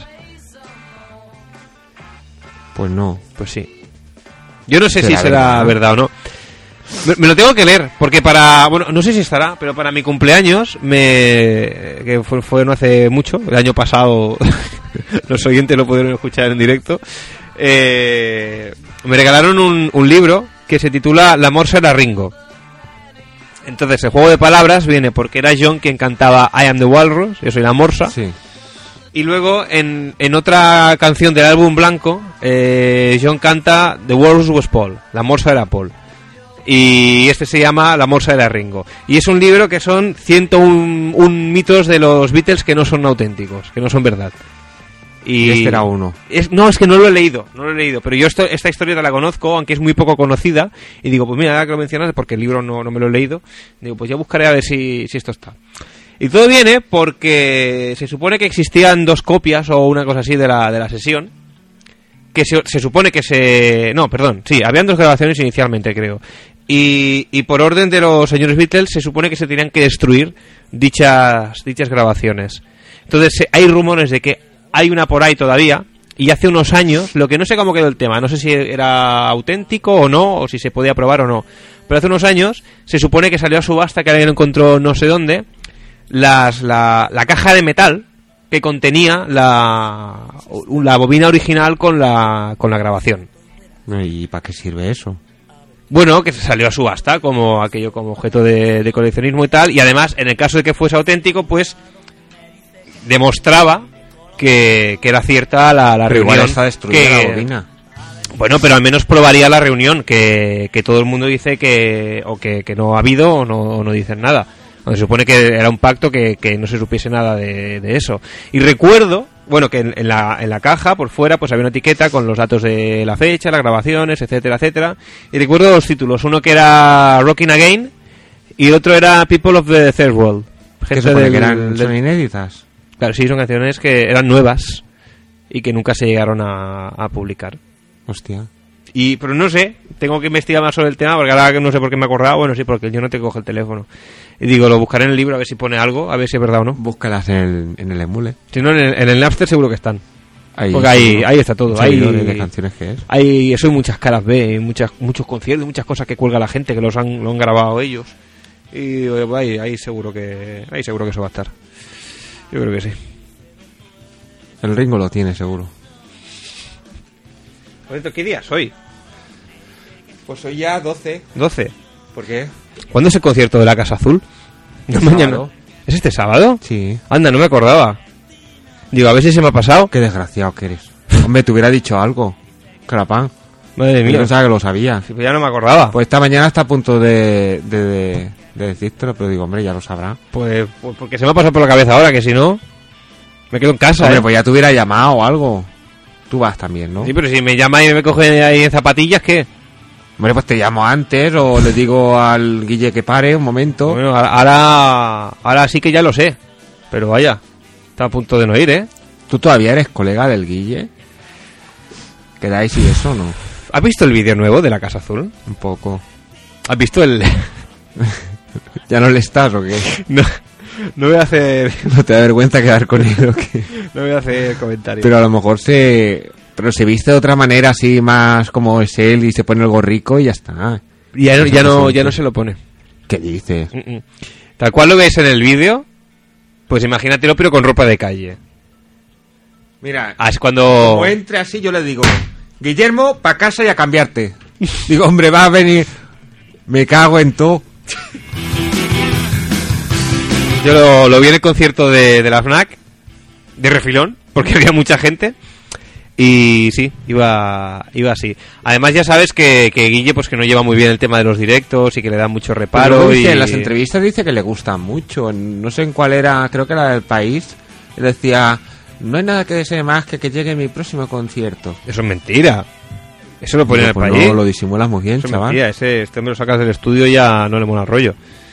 Pues no. Pues sí. Yo no sé si Será será verdad, verdad, ¿no? o no. Me, me lo tengo que leer, porque para... Bueno, no sé si estará, pero para mi cumpleaños, me que fue, fue no hace mucho, el año pasado, los oyentes lo pudieron escuchar en directo, eh, me regalaron un, un libro que se titula La morsa era Ringo. Entonces, el juego de palabras viene porque era John quien cantaba I am the Walrus, yo soy la morsa. Sí. Y luego, en, en otra canción del álbum blanco, eh, John canta The Walrus was Paul, la morsa era Paul. Y este se llama La morsa era Ringo. Y es un libro que son ciento uno mitos de los Beatles que no son auténticos, que no son verdad. Y este era uno. Es, no, es que no lo he leído, no lo he leído, pero yo esto, esta historia la conozco, aunque es muy poco conocida, y digo, pues mira, ahora que lo mencionas, porque el libro no, no me lo he leído, digo, pues ya buscaré a ver si, si esto está. Y todo viene porque se supone que existían dos copias o una cosa así de la, de la sesión, que se, se supone que se... No, perdón, sí, habían dos grabaciones inicialmente, creo. Y, y por orden de los señores Beatles se supone que se tenían que destruir dichas, dichas grabaciones. Entonces hay rumores de que hay una por ahí todavía, y hace unos años, lo que no sé cómo quedó el tema, no sé si era auténtico o no, o si se podía probar o no, pero hace unos años se supone que salió a subasta, que alguien lo encontró no sé dónde, las, la, la caja de metal que contenía la, la bobina original con la, con la grabación. ¿Y para qué sirve eso? Bueno, que se salió a subasta como aquello como objeto de, de coleccionismo y tal, y además, en el caso de que fuese auténtico, pues demostraba que, que era cierta la, la Pero reunión. igual está destruida que, la bobina. Bueno, pero al menos probaría la reunión, que, que todo el mundo dice que o que, que no ha habido o no, o no dicen nada. Se supone que era un pacto que, que no se supiese nada de, de eso. Y recuerdo, bueno, que en, en, la, en la caja, por fuera, pues había una etiqueta con los datos de la fecha, las grabaciones, etcétera, etcétera. Y recuerdo los títulos, uno que era Rockin' Again y el otro era People of the Third World. ¿Qué supone que eran, son inéditas? Claro, sí, son canciones que eran nuevas y que nunca se llegaron a, a publicar. Hostia. Y, pero no sé, tengo que investigar más sobre el tema, porque ahora que no sé por qué me he acordado, bueno, sí, porque yo no te coge el teléfono. Y digo, lo buscaré en el libro a ver si pone algo, a ver si es verdad o no. Búscalas en el, en el emule. Si no, en el, en el Napster seguro que están. Ahí, Porque ahí, ahí está todo. Hay, de canciones que es. hay, eso hay muchas caras B, y muchas, muchos conciertos, muchas cosas que cuelga la gente, que los han, lo han grabado ellos. Y eh, ahí, ahí seguro que, ahí seguro que eso va a estar. Yo creo que sí. El Ringo lo tiene seguro. ¿Qué día es hoy? Pues hoy ya doce. doce. ¿Por qué? ¿Cuándo es el concierto de la Casa Azul? No, Sábado. mañana. ¿Es este sábado? Sí. Anda, no me acordaba. Digo, a ver si se me ha pasado. Qué desgraciado que eres. Hombre, te hubiera dicho algo. Carapán. Madre Yo mía. pensaba que lo sabía. Sí, pues ya no me acordaba. Pues esta mañana está a punto de, de, de, de decírtelo, pero digo, hombre, ya lo sabrá. Pues, pues porque se me ha pasado por la cabeza ahora, que si no, me quedo en casa. Hombre, ¿eh? pues ya te hubiera llamado o algo. Tú vas también, ¿no? Sí, pero si me llama y me coge ahí en zapatillas, ¿qué? Hombre, pues te llamo antes o le digo al Guille que pare un momento. Bueno, ahora, ahora sí que ya lo sé. Pero vaya, está a punto de no ir, ¿eh? ¿Tú todavía eres colega del Guille? ¿Quedáis y eso no? ¿Has visto el vídeo nuevo de la Casa Azul? Un poco. ¿Has visto el...? ¿Ya no le estás o qué? No. No voy a hacer... No te da vergüenza quedar con él, ¿o qué? No voy a hacer comentarios. Pero a lo mejor se... Pero se viste de otra manera, así más como es él, y se pone el gorrico y ya está. Y ya no, ya no, ya no se lo pone. ¿Qué dices? Mm-mm. Tal cual lo ves en el vídeo, pues imagínatelo, pero con ropa de calle. Mira, Ah, es cuando... como entre así, yo le digo, Guillermo, pa' casa y a cambiarte. Digo, hombre, va a venir... Me cago en todo. Yo lo, lo vi en el concierto de, de la FNAC, de refilón, porque había mucha gente. Y sí, iba iba así. Además ya sabes que, que Guille pues que no lleva muy bien el tema de los directos y que le da mucho reparo. Pero dice, y en las entrevistas dice que le gusta mucho. No sé en cuál era, creo que era del País. Él decía, no hay nada que desee más que que llegue mi próximo concierto. Eso es mentira. Eso lo pone en el Pues País. no, lo disimulas muy bien, Eso es chaval. mentira. Ese, este hombre lo sacas del estudio y ya no le mola el rollo.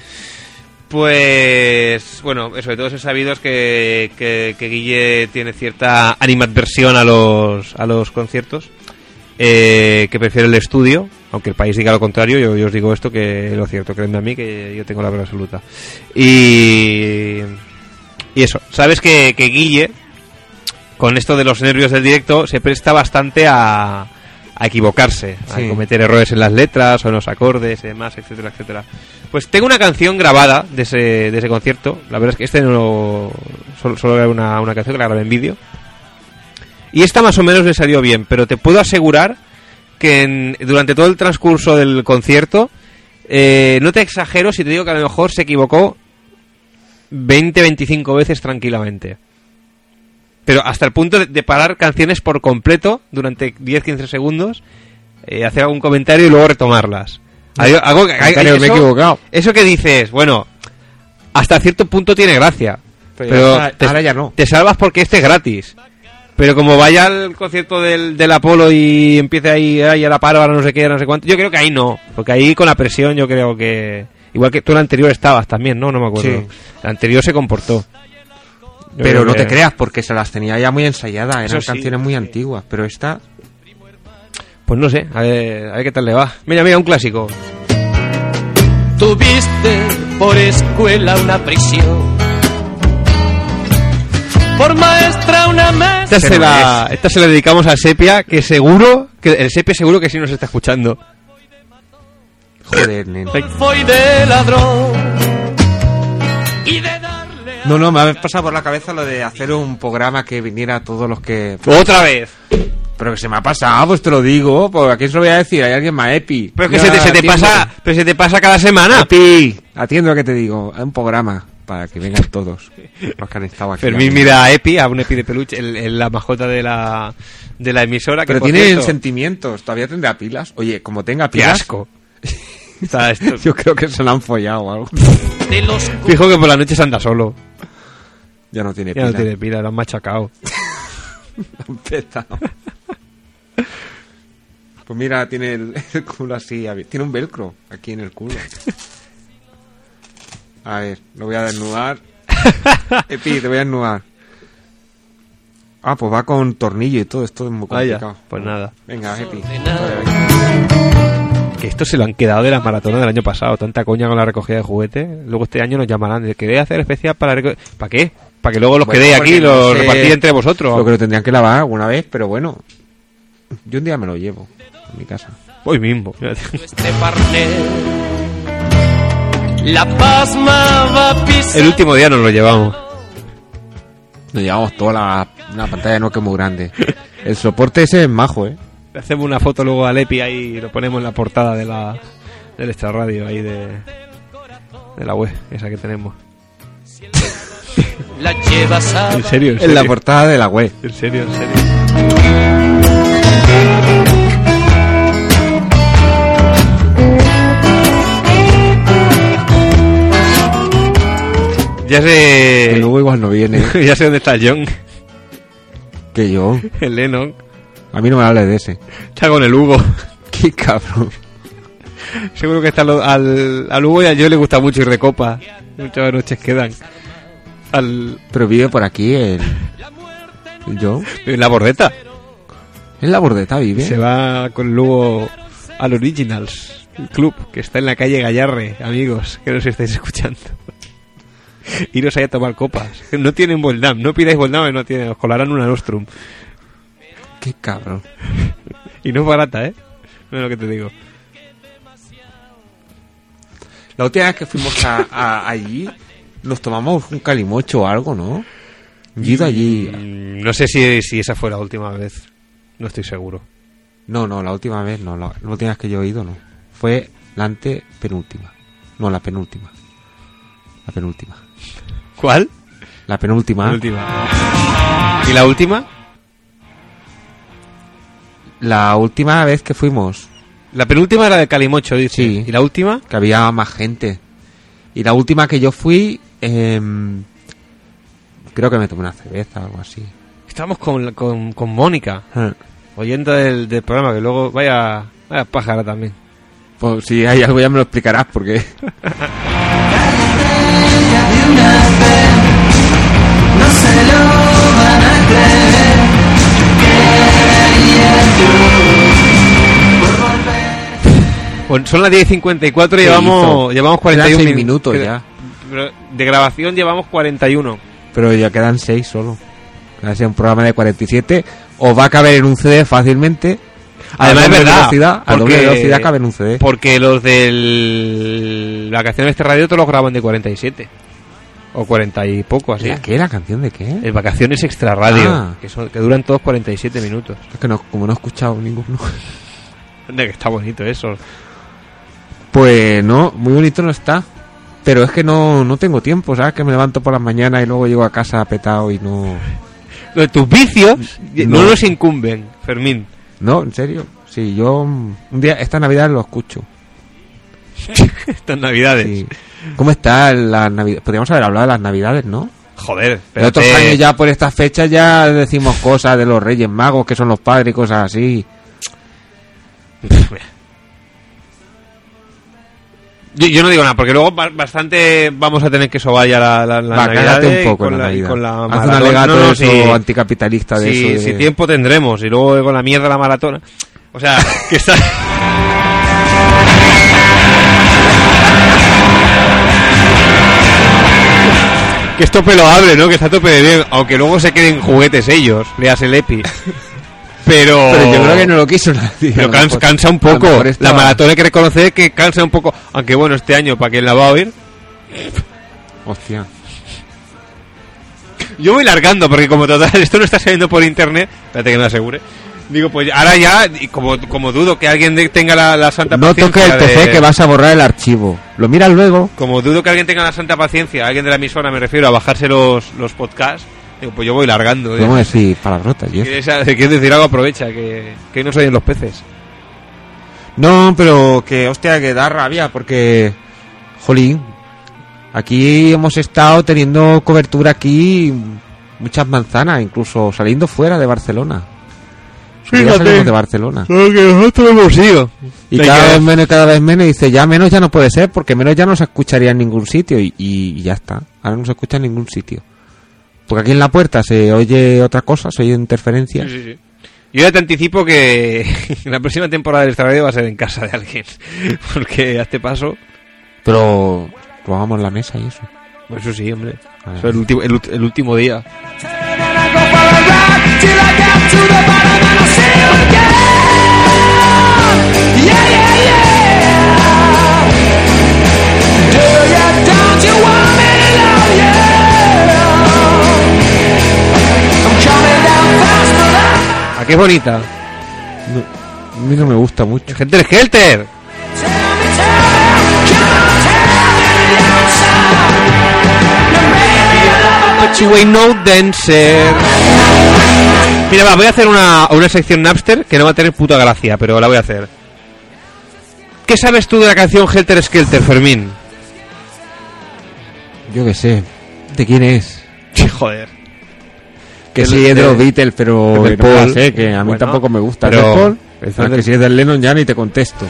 Pues, bueno, sobre todo es sabido es que, que, que Guille tiene cierta animadversión a los, a los conciertos, eh, que prefiere el estudio, aunque el País diga lo contrario. Yo, yo os digo esto, que es lo cierto, créanme a mí, que yo tengo la verdad absoluta. Y, y eso, sabes que, que Guille, con esto de los nervios del directo, se presta bastante a, a equivocarse, Sí. a cometer errores en las letras o en los acordes y demás, etcétera, etcétera. Pues tengo una canción grabada de ese, de ese concierto. La verdad es que este no lo... Solo, solo era una, una canción que la grabé en vídeo. Y esta más o menos le salió bien, pero te puedo asegurar que en- durante todo el transcurso del concierto, eh, no te exagero si te digo que a lo mejor se equivocó veinte, veinticinco veces tranquilamente. Pero hasta el punto de, de parar canciones por completo durante diez, quince segundos, eh, hacer algún comentario y luego retomarlas. Hay- algo que- hay- Comentario, hay- me he eso- equivocado. Eso que dices, bueno, hasta cierto punto tiene gracia. Pero Pero, ahora- te, ahora ya no. te salvas porque este es gratis. Pero como vaya al concierto del, del Apolo y empiece ahí, ahí a la paro, ahora no sé qué, no sé cuánto, yo creo que ahí no. Porque ahí con la presión yo creo que... Igual que tú el anterior estabas también, ¿no? No me acuerdo. Sí. El anterior se comportó. Yo Pero creo no que- te creas, porque se las tenía ya muy ensayadas. Eran Eso sí. canciones muy antiguas. Pero esta... Pues no sé, a ver, a ver qué tal le va. Mira, mira, un clásico. Tuviste por escuela una prisión, por maestra una mesa. Esta se, la, esta se la dedicamos al Sepia, que seguro, que el Sepia seguro que sí nos está escuchando. Joder, nene. Fue de ladrón y de darle a... No, no, me ha pasado por la cabeza lo de hacer un programa que viniera a todos los que... Otra vez. Pero que se me ha pasado, pues te lo digo. Pues ¿a quién se lo voy a decir? Hay alguien más, Epi. Pero es que Ya, se te, se te atiende. pasa, pero se te pasa cada semana. Epi, atiendo lo que te digo. Hay un programa para que vengan todos los que han estado aquí. Fermín mira a Epi, a un Epi de peluche, el, el- la mascota de la, de la emisora. Que Pero por tienen cierto, sentimientos. ¿Todavía tendrá pilas? Oye, como tenga qué pilas... asco. O sea, esto- Yo creo que se lo han follado o algo. de los fijo que por la noche se anda solo. Ya no tiene Ya no pilas. tiene pila, lo han machacado. Han petado. Pues mira, tiene el, el culo así. abi- Tiene un velcro aquí en el culo. A ver, lo voy a desnudar. Epi, te voy a desnudar. Ah, pues va con tornillo y todo. Esto es muy Vaya, complicado. pues nada. Venga, Epi. Que estos se lo han quedado de la maratona del año pasado. Tanta coña con la recogida de juguetes. Luego este año nos llamarán. De que hacer especial para... reco- ¿Para qué? Para que luego los Bueno, quedéis porque aquí y no los sé repartís entre vosotros. Lo que lo tendrían que lavar alguna vez, pero bueno. Yo un día me lo llevo a mi casa. Hoy mismo. este parné. La pasma va a pisar. El último día nos lo llevamos. Nos llevamos toda la, una pantalla no que muy grande. El soporte ese es majo, ¿eh? Le hacemos una foto luego al Epi ahí y lo ponemos en la portada de la del extra radio ahí de, de la web, esa que tenemos. La llevas a... En serio, en En serio. la portada de la web. En serio, en serio. Ya sé. Que luego igual no viene. Ya sé dónde está John, Que yo. el Lennon. A mí no me hables de ese. Está con el Hugo. Qué cabrón. Seguro que está lo- al, al Hugo y a John le gusta mucho ir de copa. Muchas noches quedan. Al, Pero vive por aquí el... el yo. en la bordeta. En la bordeta vive. Se va con el Hugo al Originals, el club que está en la calle Gallarre, amigos, que nos estáis escuchando. Iros ahí a tomar copas. No tienen Voldam, no pidáis Voldam, no tienen, os colarán una Nostrum. Qué cabrón. Y no es barata, ¿eh? No es lo que te digo. La última vez que fuimos a, a- allí, nos tomamos un calimocho o algo, ¿no? Yo he ido allí. Mm, No sé si, si esa fue la última vez. No estoy seguro. No, no, la última vez no. La, la última vez que yo he ido, no. Fue la antepenúltima. No, la penúltima. La penúltima. ¿Cuál? La penúltima. La última. ¿Y la última? La última vez que fuimos, La penúltima era de Calimocho, dice. Sí. ¿Y la última? que había más gente. Y la última que yo fui, em, creo que me tomé una cerveza o algo así. Estamos con, con, con Mónica, Ah. oyente del, del programa, que luego vaya, vaya pájara también. Pues si hay algo ya me lo explicarás porque... Bueno, son las diez y cincuenta y cuatro y ¿Qué llevamos, hizo? llevamos cuarenta y uno Quedan seis min- minutos queda- ya. pero de grabación llevamos cuarenta y uno. Pero ya quedan seis solo. Va a ser un programa de cuarenta y siete. Os va a caber en un C D fácilmente. Además, a es doble verdad, velocidad, a doble porque- velocidad cabe en un C D. Porque los de la canción de este radio todos los graban de cuarenta y siete. O cuarenta y poco, así. ¿La qué? ¿La canción de qué? El Vacaciones Extra Radio, Ah. que, son, que duran todos cuarenta y siete minutos. Es que no, como no he escuchado ninguno. Anda, que está bonito eso. Pues no, muy bonito no está. Pero es que no, no tengo tiempo, ¿sabes? Que me levanto por las mañanas y luego llego a casa petado y no... Lo de tus vicios no, No. nos incumben, Fermín. No, en serio. Sí, yo mm, un día, esta Navidad lo escucho. Estas navidades. Sí. ¿Cómo está la Navidad? Podríamos haber hablado de las Navidades, ¿no? Joder, En otros espérate. años ya por estas fechas ya decimos cosas de los Reyes Magos, que son los padres y cosas así. Yo, yo no digo nada, porque luego ba- bastante vamos a tener que sobar ya la, la, la Va, Navidad cállate y un poco con en la la, y Navidad. con la Haz un maratón. alegato No, no, de eso sí. anticapitalista de Sí, eso. de- si tiempo tendremos, y luego con la mierda de la maratona. O sea, que está... que esto pelo abre, ¿no? Que está a tope de bien, aunque luego se queden juguetes ellos, leas el EPI. Pero... Pero yo creo que no lo quiso nadie. Pero A lo cansa, mejor- cansa un a lo poco. mejor La estaba- maratón hay que reconocer que cansa un poco. Aunque bueno, este año, para quien la va a oír, Hostia. yo voy largando, porque como total, esto no está saliendo por internet. Espérate que me asegure. Digo, pues ahora ya, y como, como dudo que alguien de- tenga la, la santa No paciencia. toques el P C de- que vas a borrar el archivo. Lo miras luego. Como dudo que alguien tenga la santa paciencia, alguien de la emisora, me refiero, a bajarse los, los podcasts. Digo, pues yo voy largando. ¿eh? Podemos decir palabrotas y eso. ¿Quieres, ¿Quieres decir algo? Aprovecha, que, que no soy en los peces. No, pero que, hostia, que da rabia porque, jolín, aquí hemos estado teniendo cobertura aquí muchas manzanas, incluso saliendo fuera de Barcelona. Ya Fíjate. salimos de Barcelona. Lo que nosotros hemos ido. Y Venga. cada vez menos y cada vez menos, y dice, ya menos ya no puede ser, porque menos ya no se escucharía en ningún sitio, y, y ya está, ahora no se escucha en ningún sitio. Porque aquí en la puerta se oye otra cosa, se oye interferencia. Sí, sí, sí. Yo ya te anticipo que la próxima temporada del Extra Radio va a ser en casa de alguien. Porque a este paso, Pero lo hagamos en la mesa y eso. eso sí, hombre. A ver. Eso es el, último, el, ult- el último día. ¿A qué bonita? No, a mí no me gusta mucho. Helter Helter. But you ain't no dancer. Mira, va, voy a hacer una, una sección Napster que no va a tener puta gracia, pero la voy a hacer. ¿Qué sabes tú de la canción Helter Skelter, Fermín? Yo qué sé. ¿De quién es? Joder. Que El- sí es de de- los Beatles, pero de no la Paul. sé, que a mí Bueno, tampoco me gusta. pero- ¿Es de Paul? es Ah, de- que si es del Lennon ya ni te contesto.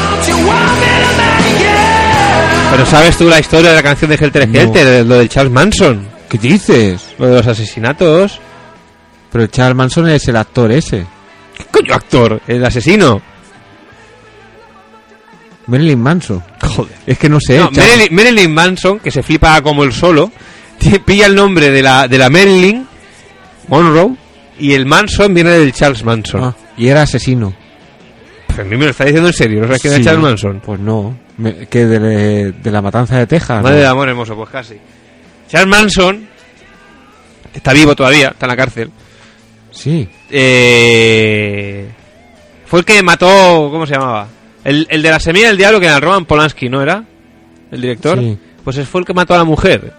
Pero ¿sabes tú la historia de la canción de Helter No. Skelter? de Lo del Charles Manson. ¿Qué dices? Lo de los asesinatos. Pero Charles Manson es el actor ese. ¿Qué coño actor? El asesino. Marilyn Manson. Joder. Es que no sé. No, Marilyn, Marilyn Manson, que se flipa como el solo, pilla el nombre de la, de la Marilyn Monroe y el Manson viene del Charles Manson. Ah, y era asesino. Pues a mí me lo está diciendo en serio, ¿no sabes quién Sí. es Charles Manson? Pues no. Me- que de, de la matanza de Texas. Madre ¿no? de amor hermoso, pues casi. Charles Manson está vivo todavía, está en la cárcel. Sí. Eh, fue el que mató, ¿cómo se llamaba? El, el de la semilla del diablo, que era Roman Polanski, ¿no era? El director. Sí. Pues ese fue el que mató a la mujer.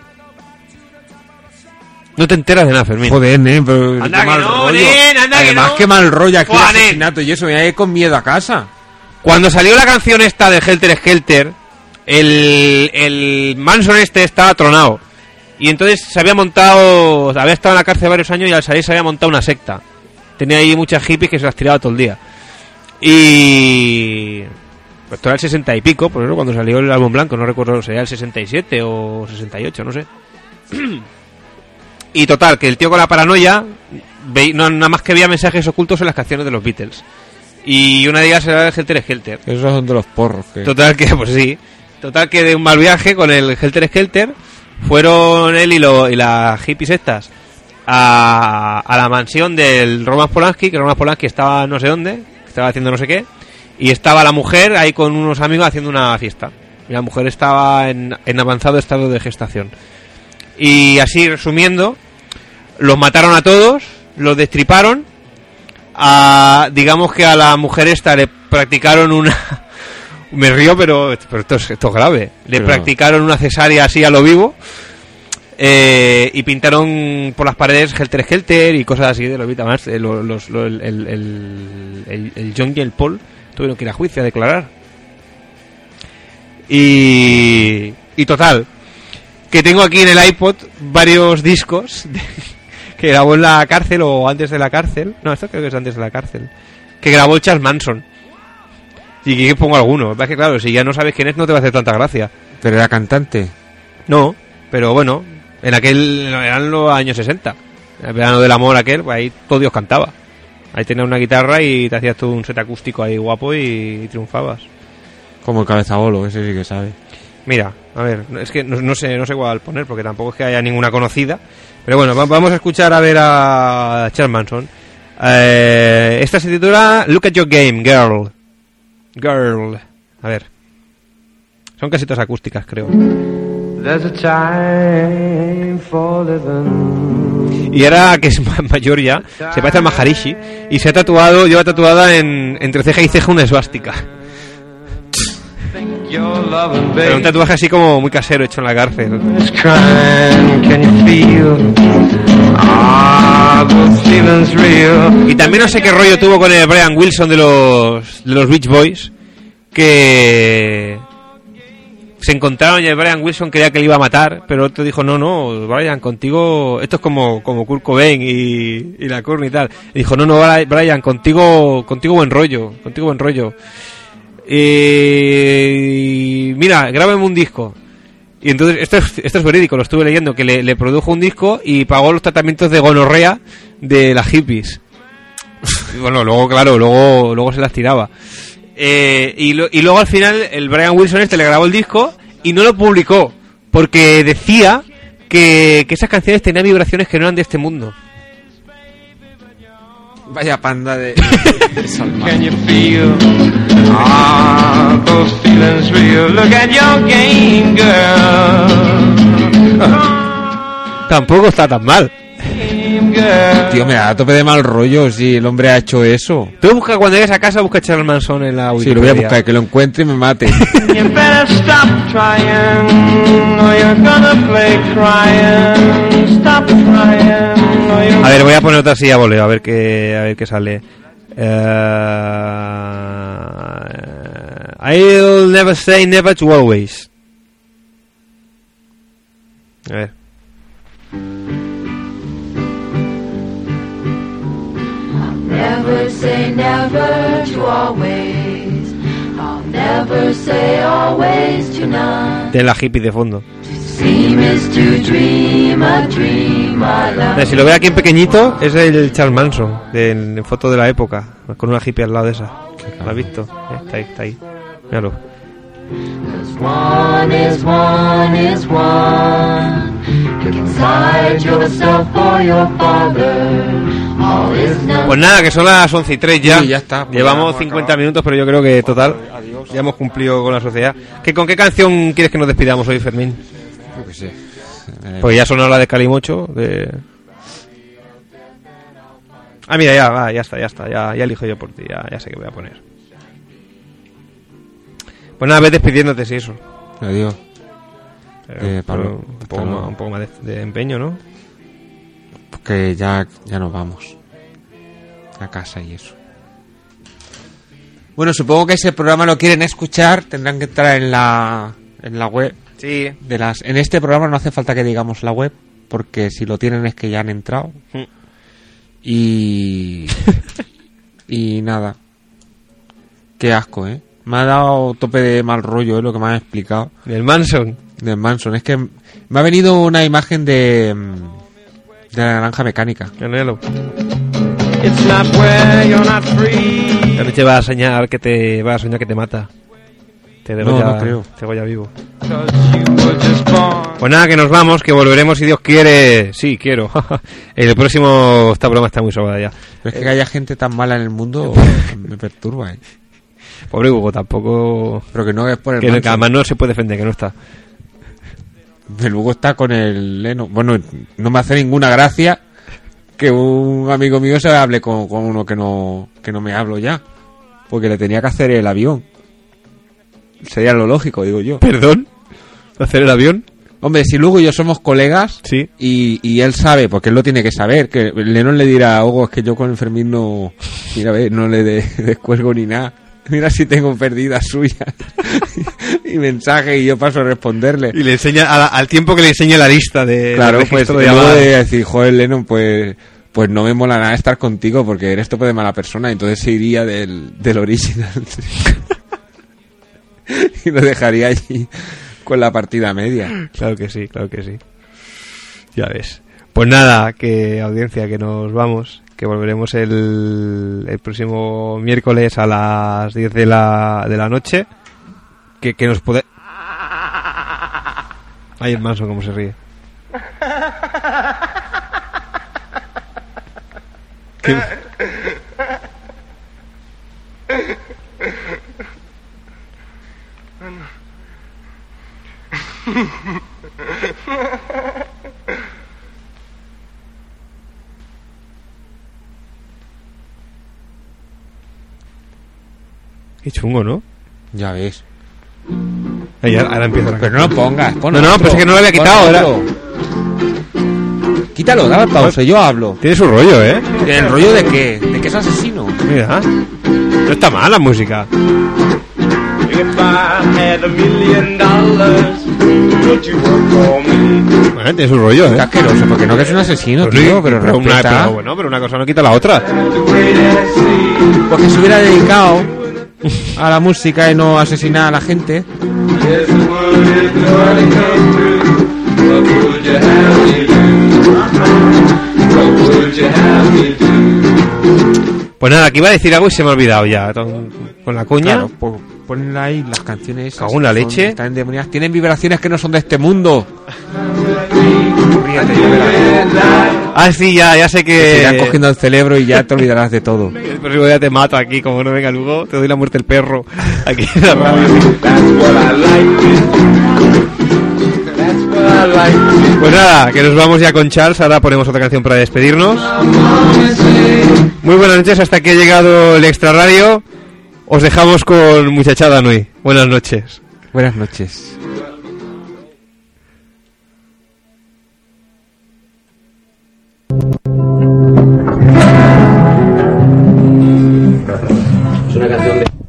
No te enteras de nada, Fermín. Joder, nen, pero Anda qué que mal no, rollo. nen, anda que Además, no. qué mal rollo aquí el Buah, nen. asesinato y eso. Me voy con miedo a casa. Cuando salió la canción esta de Helter Skelter, el, el Manson este estaba tronado. Y entonces se había montado, había estado en la cárcel varios años y al salir se había montado una secta. Tenía ahí muchas hippies que se las tiraba todo el día. Y... pues esto era el sesenta y pico, por eso cuando salió el álbum blanco, no recuerdo, sería el sesenta y siete o sesenta y ocho, no sé. Y total, que el tío con la paranoia, ve, no, nada más que veía mensajes ocultos en las canciones de los Beatles. Y una de ellas era el Helter Skelter. Esos son de los porros. Que... Total que, pues sí. Total que de un mal viaje con el Helter Skelter fueron él y, lo, y las hippies estas a, a la mansión del Roman Polanski, que Roman Polanski estaba no sé dónde, estaba haciendo no sé qué, y estaba la mujer ahí con unos amigos haciendo una fiesta. Y la mujer estaba en, en avanzado estado de gestación. Y así, resumiendo, los mataron a todos, los destriparon, a, digamos que a la mujer esta le practicaron una... Me río, pero, pero esto, es, esto es grave. Le Pero... practicaron una cesárea así a lo vivo eh, y pintaron por las paredes Helter Skelter y cosas así de lo Vita más. Eh, los, los, los, el, el, el, el, el John y el Paul tuvieron que ir a juicio a declarar. Y, y total, que tengo aquí en el iPod varios discos de, que grabó en la cárcel o antes de la cárcel. No, esto creo que es antes de la cárcel. Que grabó el Charles Manson. Y que pongo alguno. Es que claro, si ya no sabes quién es, no te va a hacer tanta gracia. Pero era cantante. No, pero bueno, en aquel eran los años sesenta. El verano del amor aquel, pues ahí todo Dios cantaba. Ahí tenías una guitarra y te hacías tú un set acústico ahí guapo y, y triunfabas. Como el cabezabolo, ese sí que sabe. Mira, a ver, es que no, no sé no sé cuál poner porque tampoco es que haya ninguna conocida. Pero bueno, va, vamos a escuchar a ver a Charles Manson. Eh, esta se titula Look at Your Game, Girl. Girl. A ver. Son casitas acústicas, creo. There's a time for living. Y ahora que es mayor ya, se parece al Maharishi y se ha tatuado, lleva tatuada en entre ceja y ceja una esvástica. Pero un tatuaje así como muy casero hecho en la cárcel. Y también no sé qué rollo tuvo con el Brian Wilson de los de los Beach Boys, que se encontraron y el Brian Wilson quería que le iba a matar, pero el otro dijo, no, no, Brian, contigo, esto es como, como Kurt Cobain y, y la Courtney y tal. Y dijo, no, no, Brian, contigo, contigo buen rollo, contigo buen rollo. Y mira, grábame un disco. Y entonces, esto es, esto es verídico, lo estuve leyendo, que le, le produjo un disco y pagó los tratamientos de gonorrea de las hippies. Y bueno, luego, claro, luego, luego se las tiraba. Eh, y, lo, y luego al final el Brian Wilson este le grabó el disco y no lo publicó porque decía que, que esas canciones tenían vibraciones que no eran de este mundo. Vaya panda de... Can you feel ah, those feelings real? Look at your game, girl. Tampoco está tan mal. Game girl. Tío, me da a tope de mal rollo si el hombre ha hecho eso. Tú busca, cuando llegues a casa, busca Charles Manson en la Sí, lo voy a Wikipedia. buscar, que lo encuentre y me mate. You better stop trying, or you're gonna play crying. Stop trying, or you're... A ver, voy a poner otra silla voleo, a ver qué, a ver qué sale. Uh, I'll never say never to always. A ver. Never say never to always. I'll never say always to none. Tiene la hippie de fondo. Seem is to dream a dream I love. Mira, si lo ve aquí en pequeñito, es el Charles Manson, de, en foto de la época, con una hippie al lado de esa. ¿Lo has visto? Eh, Está ahí, está ahí. Míralo. 'Cause one is one is one. Inside yourself or your father. All is none. Pues nada, que son las once y tres ya. Sí, ya está, pues Llevamos ya cincuenta acabado. minutos, pero yo creo que total ya hemos cumplido con la sociedad. ¿Qué, ¿Con qué canción quieres que nos despidamos hoy, Fermín? Yo qué sé. Eh, Pues ya sonó la de Calimocho. De... Ah, mira, ya, va, ya está, ya está. Ya, ya elijo yo por ti, ya, ya sé qué voy a poner. Pues nada, vez despidiéndote, sí, eso. Adiós. Eh, Eh, Pablo, un, hasta poco luego. más, un poco más de, de empeño, ¿no? Porque ya, ya nos vamos a casa y eso. Bueno, supongo que ese programa lo quieren escuchar, tendrán que entrar en la en la web. Sí. De las en este programa no hace falta que digamos la web, porque si lo tienen es que ya han entrado. Mm. Y y nada. Qué asco, ¿eh? Me ha dado tope de mal rollo, es lo que me han explicado. Del Manson. Del Manson, es que me ha venido una imagen de de la naranja mecánica. Canelo. It's not where you're not free. La noche va a soñar que te va a soñar que te mata. Te degolla, No, no creo. te degolla vivo. 'Cause you were just born. Pues nada, que nos vamos, que volveremos si Dios quiere. Sí, quiero. El próximo, esta broma está muy sobada ya. Pero es que haya gente tan mala en el mundo me perturba, ¿eh? Pobre Hugo, tampoco. Pero que no es por el Que, no- que Manson. además no se puede defender, que no está. El Hugo está con el Leno. Bueno, no me hace ninguna gracia que un amigo mío se hable con, con uno que no que no me hablo ya. Porque le tenía que hacer el avión. Sería lo lógico, digo yo. ¿Perdón? ¿Hacer el avión? Hombre, si Hugo y yo somos colegas, Sí. y, y él sabe, porque él lo tiene que saber, que Lennon le dirá a Hugo, es que yo con el Fermín no, mira, ve, no le de- descuelgo ni nada. Mira si tengo perdidas suyas y mensajes y yo paso a responderle. Y le enseña, a la- al tiempo que le enseña la lista de. Claro, del pues registro y de luego llamadas. de decir, joder, Lennon, pues pues no me mola nada estar contigo porque eres tope de mala persona, entonces se iría del, del original y lo dejaría allí con la partida media. Claro que sí, claro que sí. Ya ves. Pues nada, que audiencia, que nos vamos. Que volveremos el, el próximo miércoles a las diez de la, de la noche. Que, que nos puede... Ay, el Manso, cómo se ríe. ¿Qué? Qué chungo, ¿no? Ya ves. Ahí, ahora, ahora empieza la Pero no lo pongas, pon No, no, otro, pero es que no lo había pon quitado, otro. ahora. Quítalo, dale pausa, yo hablo. Tiene su rollo, ¿eh? ¿El rollo de qué? ¿De qué es asesino? Mira. No está mal la música. If I had a million dollars, would you work for me? Bueno, tiene su rollo, Qué ¿eh? asqueroso, porque no que es un asesino, Pues sí, tío, pero una, respeta. pero bueno, pero una cosa no quita la otra. To wait and see. Porque se hubiera dedicado a la música y no a asesinar a la gente. Yes, the world is going to come true. What would you have me do? What would you have me do? Pues nada, que iba a decir algo y se me ha olvidado ya. Con, con la cuña. Claro, pues ponen ahí las canciones esas. Cago en la que son- leche. Están endemoniadas. Tienen vibraciones que no son de este mundo. Ríete, ya verás. Ah, sí, ya, ya sé Que te irán que... cogiendo el cerebro y ya te olvidarás de todo. El próximo día te mato aquí, como no venga luego, te doy la muerte el perro. Aquí en la radio. That's what I like. That's what I like. Pues nada, que nos vamos ya con Charles. Ahora ponemos otra canción para despedirnos. Muy buenas noches, hasta que ha llegado el Extra Radio. Os dejamos con Muchachada Nui. Buenas noches. Buenas noches. Es una canción de...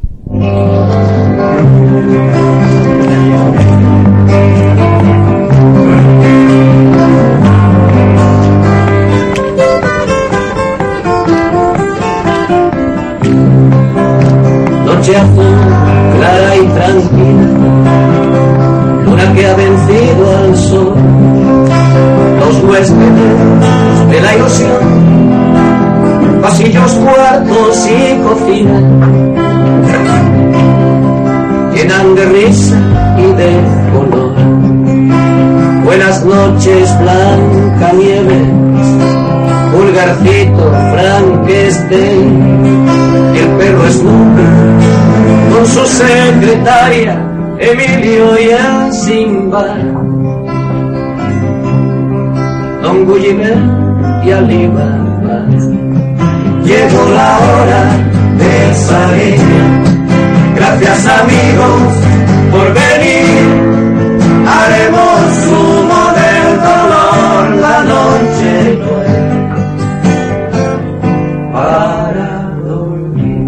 Noche azul, clara y tranquila, luna que ha vencido al sol, los huéspedes de la ilusión, pasillos, cuartos y cocina, llenan de risa noches Blancanieves, Pulgarcito, Frankenstein, el perro Snoopy con su secretaria Emilio y el Simba, Don Gulliver y Alibaba. Llegó la hora de salir, gracias amigos por venir, haremos humo del dolor la noche nueva para dormir.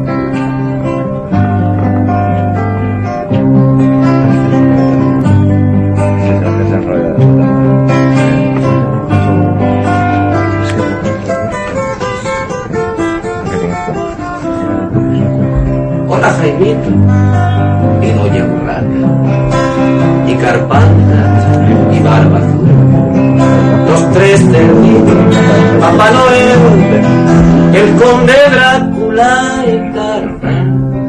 Hola Jaimito y Doña Burraca y Carpanta y Barba Azul, los tres cerditos, Papá Noel, el Conde Drácula y Tarzán,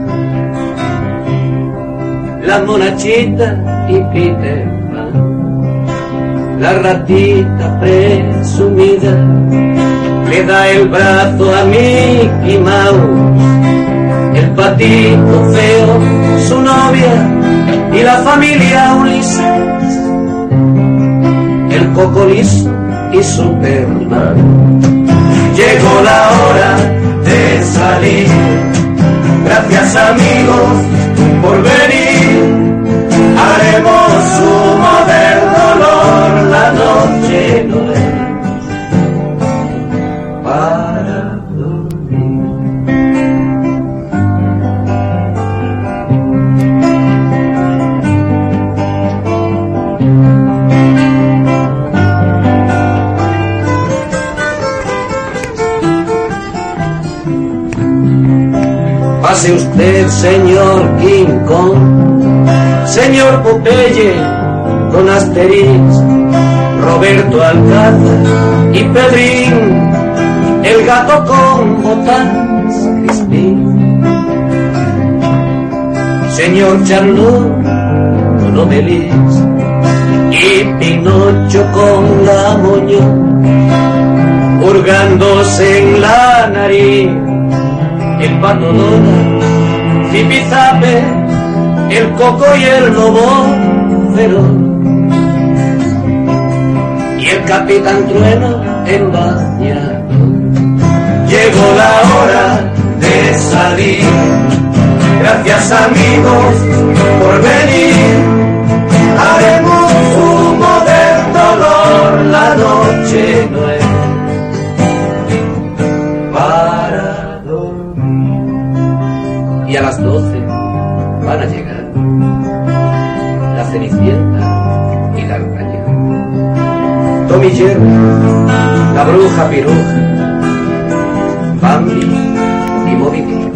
la monachita y Peter Pan, la ratita presumida le da el brazo a Mickey Mouse, el patito feo, su novia y la familia Ulises, el cocolizo y Superman. Llegó la hora de salir, gracias amigos por venir, haremos humo del dolor la noche nueva para dormir. Pase usted, señor King Kong, señor Popeye, Don Asterix, Roberto Alcázar y Pedrín, el gato con botas, Crispín, señor Charlot, Don Obelix y Pinocho con la moño, hurgándose en la nariz, el pato Donald, Zipizape, el coco y el lobo feroz, y el capitán Trueno en bañador. Llegó la hora de salir, gracias amigos por venir, haremos humo del dolor la noche nueva para dormir. Y a las doce van a llegar la Cenicienta y la D'Artagnan, Tom y Jerry, la bruja Piruja, Bambi y Moby Dick,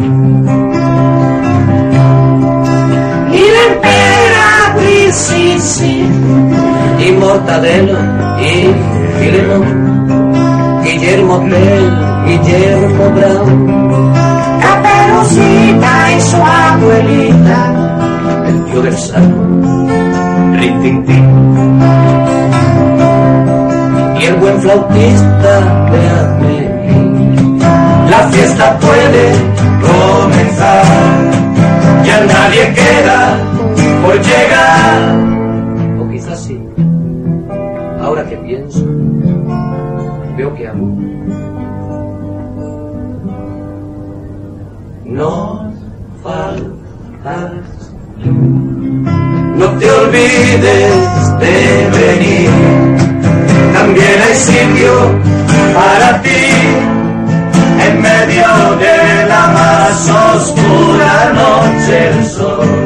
y la emperatriz Sisi, y Mortadelo y Filemón, Guillermo Tell, Guillermo Brown, Caperucita y su abuelita, el tío del saco, Rin Tin Tin, y el buen flautista de Amelie. La fiesta puede comenzar, ya nadie queda por llegar, o quizás sí. Ahora que pienso, veo que aún nos faltas tú. No te olvides de venir, también hay sitio para ti, en medio de la más oscura noche el sol